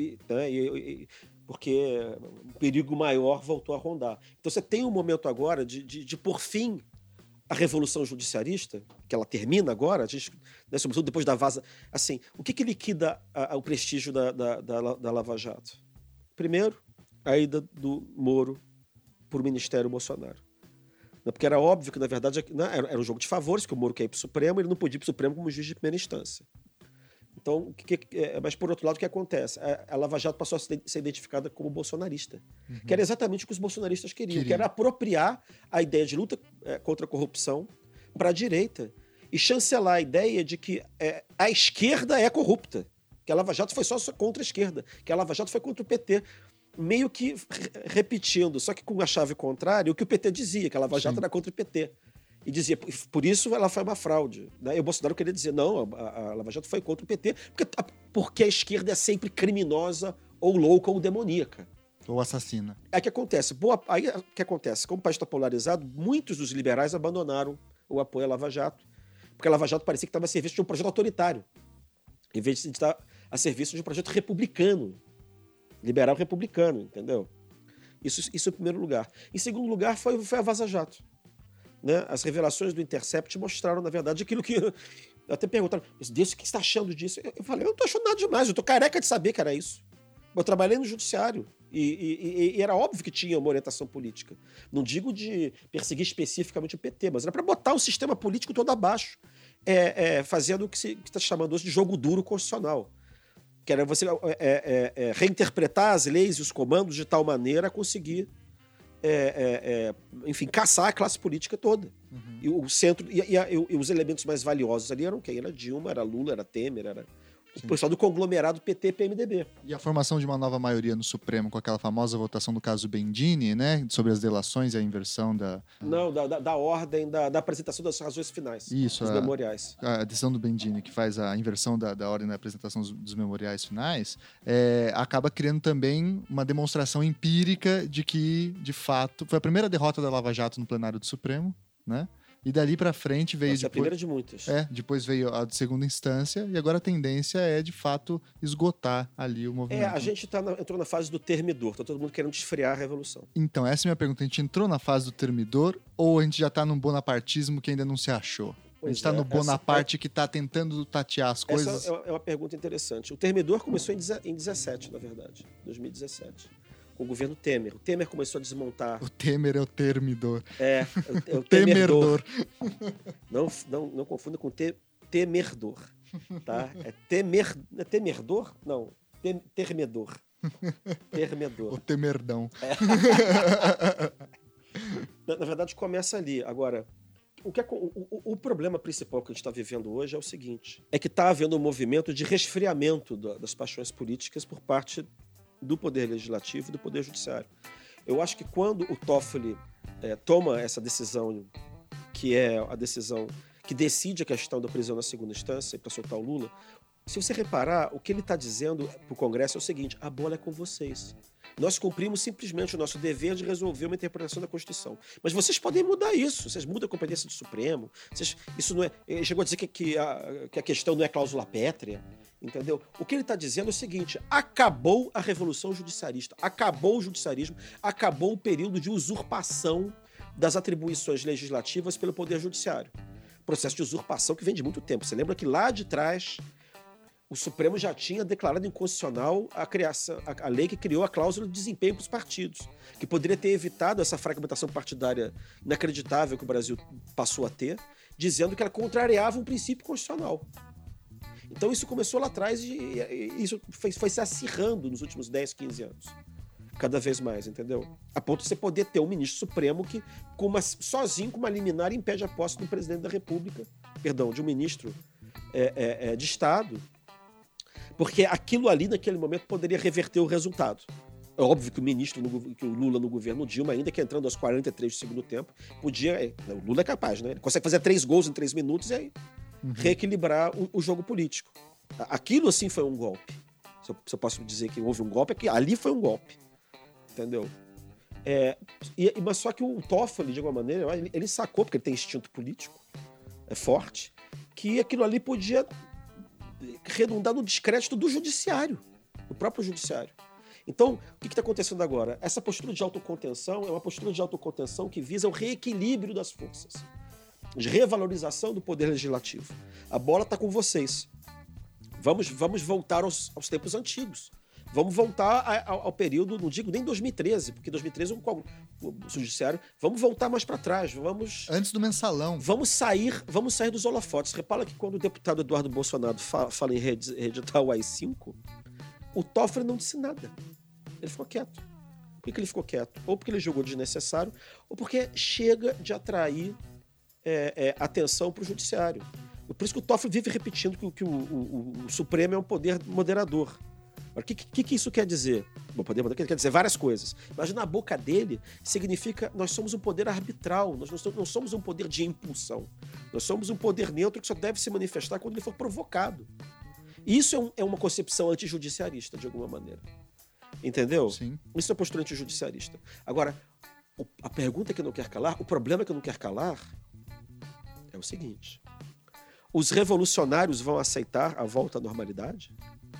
porque o perigo maior voltou a rondar. Então você tem um momento agora de por fim, a revolução judiciarista, que ela termina agora, sobretudo depois da vaza. Assim, o que liquida o prestígio da Lava Jato? Primeiro, a ida do Moro para o Ministério Bolsonaro. Porque era óbvio que, na verdade, era um jogo de favores, que o Moro quer ir para o Supremo, ele não podia ir para o Supremo como juiz de primeira instância. Então, mas por outro lado, o que acontece? A Lava Jato passou a ser identificada como bolsonarista, que era exatamente o que os bolsonaristas queriam, que era apropriar a ideia de luta contra a corrupção para a direita e chancelar a ideia de que a esquerda é corrupta, que a Lava Jato foi só contra a esquerda, que a Lava Jato foi contra o PT, meio que repetindo, só que com a chave contrária, o que o PT dizia, que a Lava Jato era contra o PT. E dizia, por isso ela foi uma fraude. Né? E o Bolsonaro queria dizer, não, a Lava Jato foi contra o PT, porque a esquerda é sempre criminosa, ou louca, ou demoníaca. Ou assassina. Aí o que acontece? Como o país está polarizado, muitos dos liberais abandonaram o apoio à Lava Jato, porque a Lava Jato parecia que estava a serviço de um projeto autoritário, em vez de estar a serviço de um projeto republicano, liberal republicano, entendeu? Isso em primeiro lugar. Em segundo lugar, foi a Vaza Jato. Né? As revelações do Intercept mostraram, na verdade, aquilo que... Até perguntaram, Deus, o que você está achando disso? Eu falei, eu não estou achando nada demais, eu estou careca de saber que era isso. Eu trabalhei no judiciário e era óbvio que tinha uma orientação política. Não digo de perseguir especificamente o PT, mas era para botar o sistema político todo abaixo, fazendo o que se está chamando hoje de jogo duro constitucional. Que era você reinterpretar as leis e os comandos de tal maneira a conseguir enfim, caçar a classe política toda. Uhum. E o centro e os elementos mais valiosos ali eram quem? Era Dilma, era Lula, era Temer, era o pessoal do conglomerado PT-PMDB. E a formação de uma nova maioria no Supremo com aquela famosa votação do caso Bendini, né, sobre as delações e a inversão da... Não, da ordem da apresentação das razões finais. Isso, dos memoriais. A decisão do Bendini, que faz a inversão da ordem da apresentação dos memoriais finais, acaba criando também uma demonstração empírica de que, de fato, foi a primeira derrota da Lava Jato no plenário do Supremo, né? E dali pra frente veio... Essa é a primeira de muitas. Depois veio a de segunda instância e agora a tendência é, de fato, esgotar ali o movimento. A gente entrou na fase do termidor, tá todo mundo querendo desfriar a revolução. Então, essa é a minha pergunta. A gente entrou na fase do termidor ou a gente já tá num bonapartismo que ainda não se achou? A gente tá no Bonaparte que tá tentando tatear as coisas? Essa é uma pergunta interessante. O termidor começou em 17, na verdade, 2017. Com o governo Temer. O Temer começou a desmontar... O Temer é o termidor. É o temerdor. Não confunda com temerdor. Tá? É temerdor? Não. Termedor. Termedor. O temerdão. Na verdade, começa ali. Agora, o problema principal que a gente está vivendo hoje é o seguinte. É que está havendo um movimento de resfriamento das paixões políticas por parte do Poder Legislativo e do Poder Judiciário. Eu acho que quando o Toffoli toma essa decisão, que é a decisão que decide a questão da prisão na segunda instância para soltar o Lula, se você reparar, o que ele está dizendo para o Congresso é o seguinte: a bola é com vocês. Nós cumprimos simplesmente o nosso dever de resolver uma interpretação da Constituição. Mas vocês podem mudar isso. Vocês mudam a competência do Supremo. Isso não é. Ele chegou a dizer que a questão não é cláusula pétrea. Entendeu? O que ele está dizendo é o seguinte: acabou a revolução judiciarista, acabou o judiciarismo, acabou o período de usurpação das atribuições legislativas pelo Poder Judiciário. Processo de usurpação que vem de muito tempo. Você lembra que lá de trás o Supremo já tinha declarado inconstitucional a lei que criou a cláusula de desempenho para os partidos, que poderia ter evitado essa fragmentação partidária inacreditável que o Brasil passou a ter, dizendo que ela contrariava um princípio constitucional. Então isso começou lá atrás e isso foi se acirrando nos últimos 10, 15 anos. Cada vez mais, entendeu? A ponto de você poder ter um ministro supremo que, sozinho, com uma liminar, impede a posse do presidente da República, de um ministro de Estado, porque aquilo ali, naquele momento, poderia reverter o resultado. É óbvio que o Lula no governo Dilma, ainda que entrando aos 43 do segundo tempo, podia... O Lula é capaz, né? Ele consegue fazer 3 gols em 3 minutos e aí reequilibrar o jogo político. Aquilo, assim, foi um golpe. Se eu posso dizer que houve um golpe, é que ali foi um golpe. Entendeu? Mas só que o Toffoli, de alguma maneira, ele sacou, porque ele tem instinto político, é forte, que aquilo ali podia redundar no descrédito do judiciário, do próprio judiciário. Então, o que está acontecendo agora? Essa postura de autocontenção é uma postura de autocontenção que visa o reequilíbrio das forças, de revalorização do poder legislativo. A bola está com vocês. Vamos voltar aos tempos antigos. Vamos voltar ao período, não digo nem 2013, porque 2013 o judiciário. Vamos voltar mais para trás. Antes do mensalão. Vamos sair dos holofotes. Repara que quando o deputado Eduardo Bolsonaro fala em reeditar o AI-5, o Toffoli não disse nada. Ele ficou quieto. Por que ele ficou quieto? Ou porque ele julgou desnecessário, ou porque chega de atrair atenção para o judiciário. Por isso que o Toffoli vive repetindo que o Supremo é um poder moderador. O que isso quer dizer? Bom, poder moderador quer dizer várias coisas. Mas na boca dele significa nós somos um poder arbitral, nós não somos um poder de impulsão. Nós somos um poder neutro que só deve se manifestar quando ele for provocado. E isso é uma concepção antijudiciarista, de alguma maneira. Entendeu? Sim. Isso é uma postura antijudiciarista. Agora, a pergunta que não quer calar, o problema que não quer calar é o seguinte: os revolucionários vão aceitar a volta à normalidade?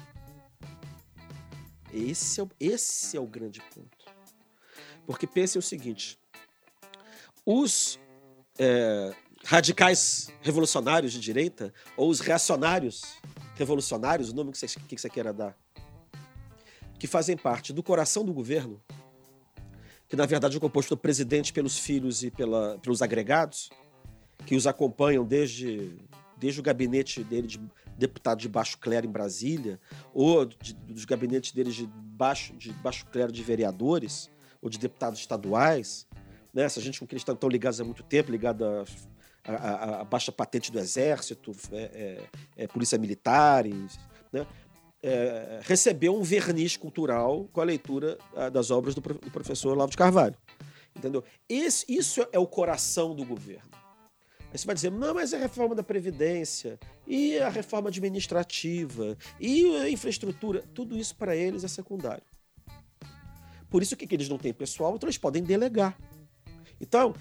Esse é o grande ponto. Porque pensem o seguinte: os radicais revolucionários de direita, ou os reacionários revolucionários, o nome que você queira dar, que fazem parte do coração do governo, que na verdade é composto do presidente pelos filhos e pelos agregados, que os acompanham desde o gabinete dele de deputado de baixo clero em Brasília, ou dos gabinetes deles de baixo clero de vereadores, ou de deputados estaduais, né? Essa gente com quem eles estão ligados há muito tempo, ligado à baixa patente do Exército, polícia militar, né? Recebeu um verniz cultural com a leitura das obras do professor Olavo de Carvalho. Entendeu? Isso é o coração do governo. Aí você vai dizer, não, mas é a reforma da Previdência, e a reforma administrativa, e a infraestrutura, tudo isso para eles é secundário. Por isso que eles não têm pessoal, então eles podem delegar. Então,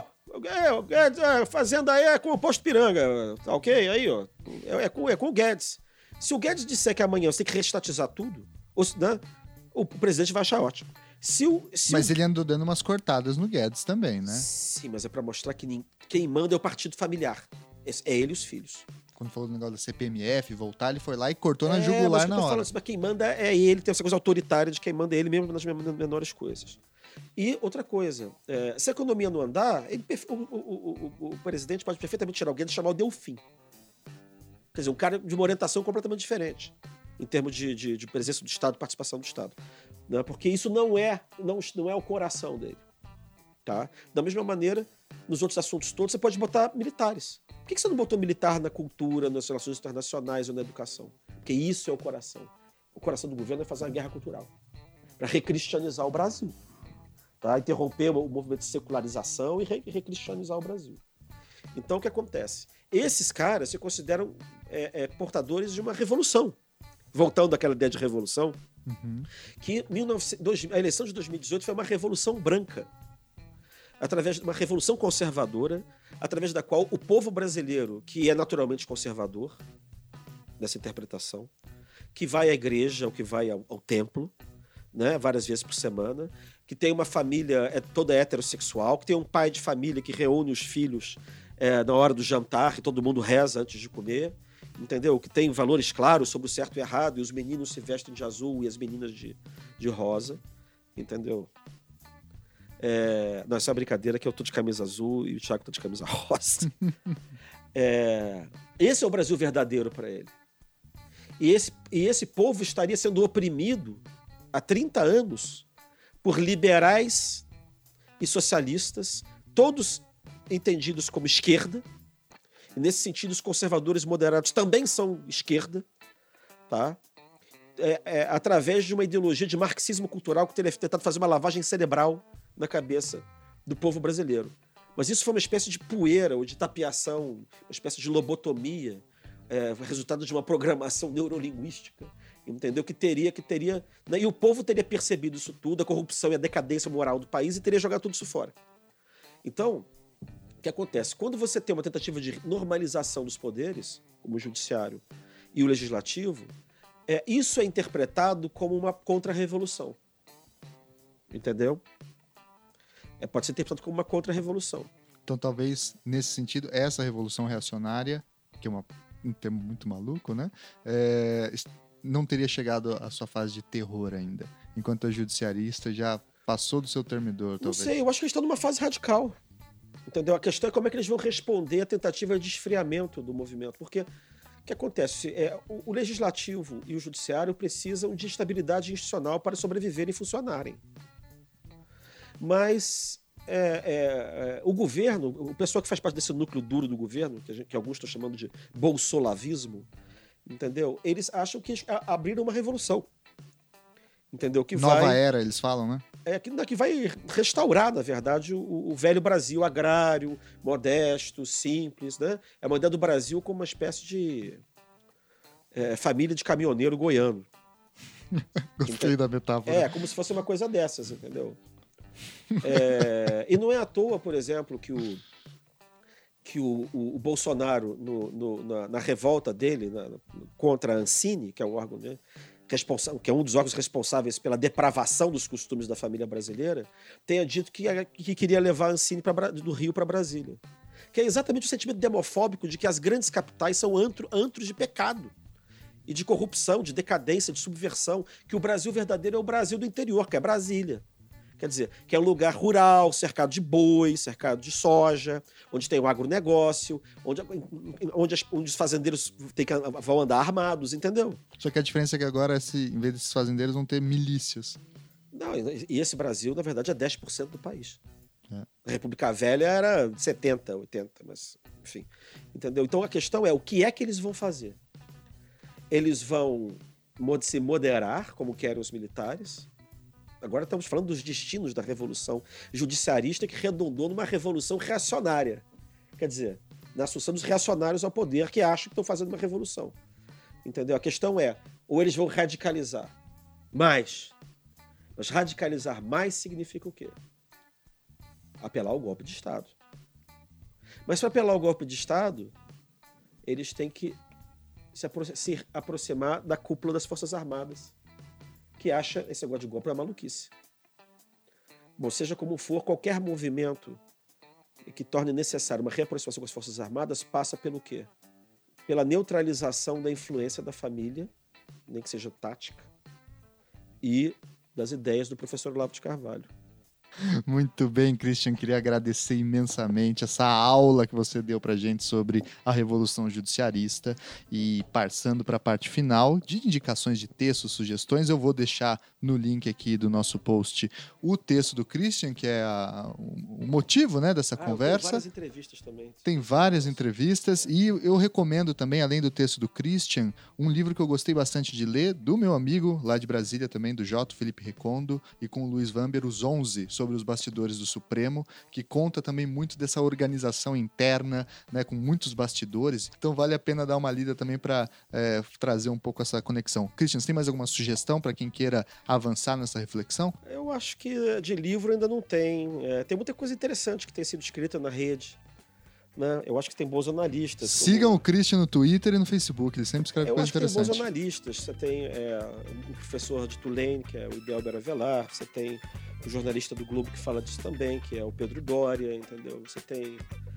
a fazenda aí é com o Posto Piranga, tá ok? Aí, ó, é com o Guedes. Se o Guedes disser que amanhã você tem que reestatizar tudo, né, o presidente vai achar ótimo. Mas ele andou dando umas cortadas no Guedes também, né? Sim, mas é para mostrar que quem manda é o partido familiar. É ele e os filhos. Quando falou do negócio da CPMF, voltar, ele foi lá e cortou na jugular na hora. Falando assim, mas quem manda é ele, tem essa coisa autoritária de quem manda é ele mesmo nas menores coisas. E outra coisa, se a economia não andar, o presidente pode perfeitamente tirar alguém e chamar o Delfim. Quer dizer, um cara de uma orientação completamente diferente, em termos de presença do Estado, participação do Estado. Né? Porque isso não é o coração dele. Tá? Da mesma maneira, nos outros assuntos todos, você pode botar militares. Por que você não botou militar na cultura, nas relações internacionais ou na educação? Porque isso é o coração. O coração do governo é fazer uma guerra cultural para recristianizar o Brasil. Tá? Interromper o movimento de secularização e recristianizar o Brasil. Então, o que acontece? Esses caras se consideram portadores de uma revolução. Voltando àquela ideia de revolução, que a eleição de 2018 foi uma revolução branca, através de uma revolução conservadora, através da qual o povo brasileiro, que é naturalmente conservador, nessa interpretação, que vai à igreja, ou que vai ao templo, né, várias vezes por semana, que tem uma família toda heterossexual, que tem um pai de família que reúne os filhos na hora do jantar, que todo mundo reza antes de comer, entendeu? Que tem valores claros sobre o certo e errado, e os meninos se vestem de azul e as meninas de rosa, entendeu? Não, essa é uma brincadeira, que eu tô de camisa azul e o Thiago tá de camisa rosa. Esse é o Brasil verdadeiro para ele. E esse povo estaria sendo oprimido há 30 anos por liberais e socialistas, todos entendidos como esquerda. E nesse sentido, os conservadores moderados também são esquerda, tá? Através de uma ideologia de marxismo cultural que teria tentado fazer uma lavagem cerebral na cabeça do povo brasileiro. Mas isso foi uma espécie de poeira ou de tapiação, uma espécie de lobotomia, resultado de uma programação neurolinguística, entendeu? Que teria, né? E o povo teria percebido isso tudo, a corrupção e a decadência moral do país, e teria jogado tudo isso fora. Então, o que acontece? Quando você tem uma tentativa de normalização dos poderes, como o judiciário e o legislativo, isso é interpretado como uma contra-revolução. Entendeu? Pode ser interpretado como uma contra-revolução. Então, talvez, nesse sentido, essa revolução reacionária, que é um termo muito maluco, né? Não teria chegado à sua fase de terror ainda, enquanto a judiciarista já passou do seu termidor, talvez. Não sei, eu acho que eles estão numa fase radical. Entendeu? A questão é como é que eles vão responder à tentativa de esfriamento do movimento. Porque o que acontece? O legislativo e o judiciário precisam de estabilidade institucional para sobreviverem e funcionarem. Mas o governo, o pessoal que faz parte desse núcleo duro do governo, que alguns estão chamando de bolsolavismo, entendeu? Eles acham que abriram uma revolução. Entendeu? Nova era, eles falam, né? Que vai restaurar, na verdade, o velho Brasil agrário, modesto, simples, né? É uma ideia do Brasil como uma espécie de família de caminhoneiro goiano. Gostei da metáfora. Como se fosse uma coisa dessas, entendeu? E não é à toa, por exemplo, que o Bolsonaro, na revolta dele contra a Ancine, que é o órgão, né, que é um dos órgãos responsáveis pela depravação dos costumes da família brasileira, tenha dito que queria levar a Ancine do Rio para Brasília. Que é exatamente o sentimento demofóbico de que as grandes capitais são antros de pecado e de corrupção, de decadência, de subversão, que o Brasil verdadeiro é o Brasil do interior, que é Brasília. Quer dizer, que é um lugar rural, cercado de boi, cercado de soja, onde tem o agronegócio, onde os fazendeiros vão andar armados, entendeu? Só que a diferença é que agora, em vez desses fazendeiros, vão ter milícias. Não, e esse Brasil, na verdade, é 10% do país. A República Velha era 70%, 80%, mas enfim. Entendeu? Então a questão é, o que é que eles vão fazer? Eles vão se moderar, como querem os militares. Agora estamos falando dos destinos da revolução judiciarista, que redundou numa revolução reacionária. Quer dizer, na assunção dos reacionários ao poder, que acham que estão fazendo uma revolução. Entendeu? A questão é, ou eles vão radicalizar mais. Mas radicalizar mais significa o quê? Apelar ao golpe de Estado. Mas para apelar ao golpe de Estado, eles têm que se aproximar da cúpula das Forças Armadas, que acha esse negócio de golpe uma maluquice. Bom, seja como for, qualquer movimento que torne necessário uma reaproximação com as Forças Armadas passa pelo quê? Pela neutralização da influência da família, nem que seja tática, e das ideias do professor Olavo de Carvalho. Muito bem, Christian, queria agradecer imensamente essa aula que você deu pra gente sobre a Revolução Judiciarista, e passando para a parte final de indicações de textos, sugestões, eu vou deixar no link aqui do nosso post o texto do Christian, que é o motivo, né, dessa conversa. Tem várias entrevistas também. Tem várias entrevistas, e eu recomendo também, além do texto do Christian, um livro que eu gostei bastante de ler, do meu amigo lá de Brasília também, do J. Felipe Recondo, e com o Luiz Vamber, Os 11, sobre os bastidores do Supremo, que conta também muito dessa organização interna, né, com muitos bastidores. Então vale a pena dar uma lida também para trazer um pouco essa conexão. Christian, você tem mais alguma sugestão para quem queira avançar nessa reflexão? Eu acho que de livro ainda não tem. Tem muita coisa interessante que tem sido escrita na rede. Né? Eu acho que tem bons analistas. Sigam o Christian no Twitter e no Facebook, ele sempre escreve coisa interessante. Eu acho que tem bons analistas. Você tem o professor de Tulane, que é o Idelber Avelar, você tem o jornalista do Globo que fala disso também, que é o Pedro Doria, entendeu? Você tem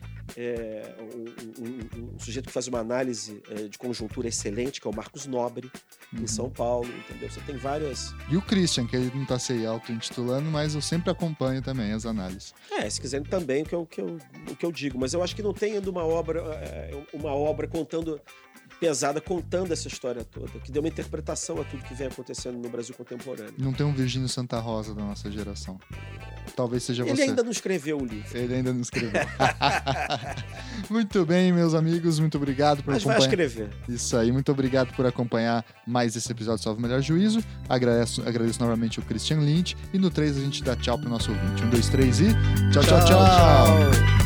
um sujeito que faz uma análise de conjuntura excelente, que é o Marcos Nobre, em São Paulo, entendeu? Você tem várias... E o Christian, que ele não está se auto-intitulando, mas eu sempre acompanho também as análises. Se quiserem também, o que eu digo. Mas eu acho que não tem ainda uma obra pesada contando essa história toda, que dê uma interpretação a tudo que vem acontecendo no Brasil contemporâneo. Não tem um Virgínio Santa Rosa da nossa geração. Talvez seja você. Ele ainda não escreveu o livro. Ele ainda não escreveu. Muito bem, meus amigos, muito obrigado por acompanhar. Mas vai escrever. Isso aí, muito obrigado por acompanhar mais esse episódio de Salve o Melhor Juízo. Agradeço novamente o Christian Lynch. E no 3 a gente dá tchau pro nosso ouvinte. 1, 2, 3 e... Tchau, tchau, tchau!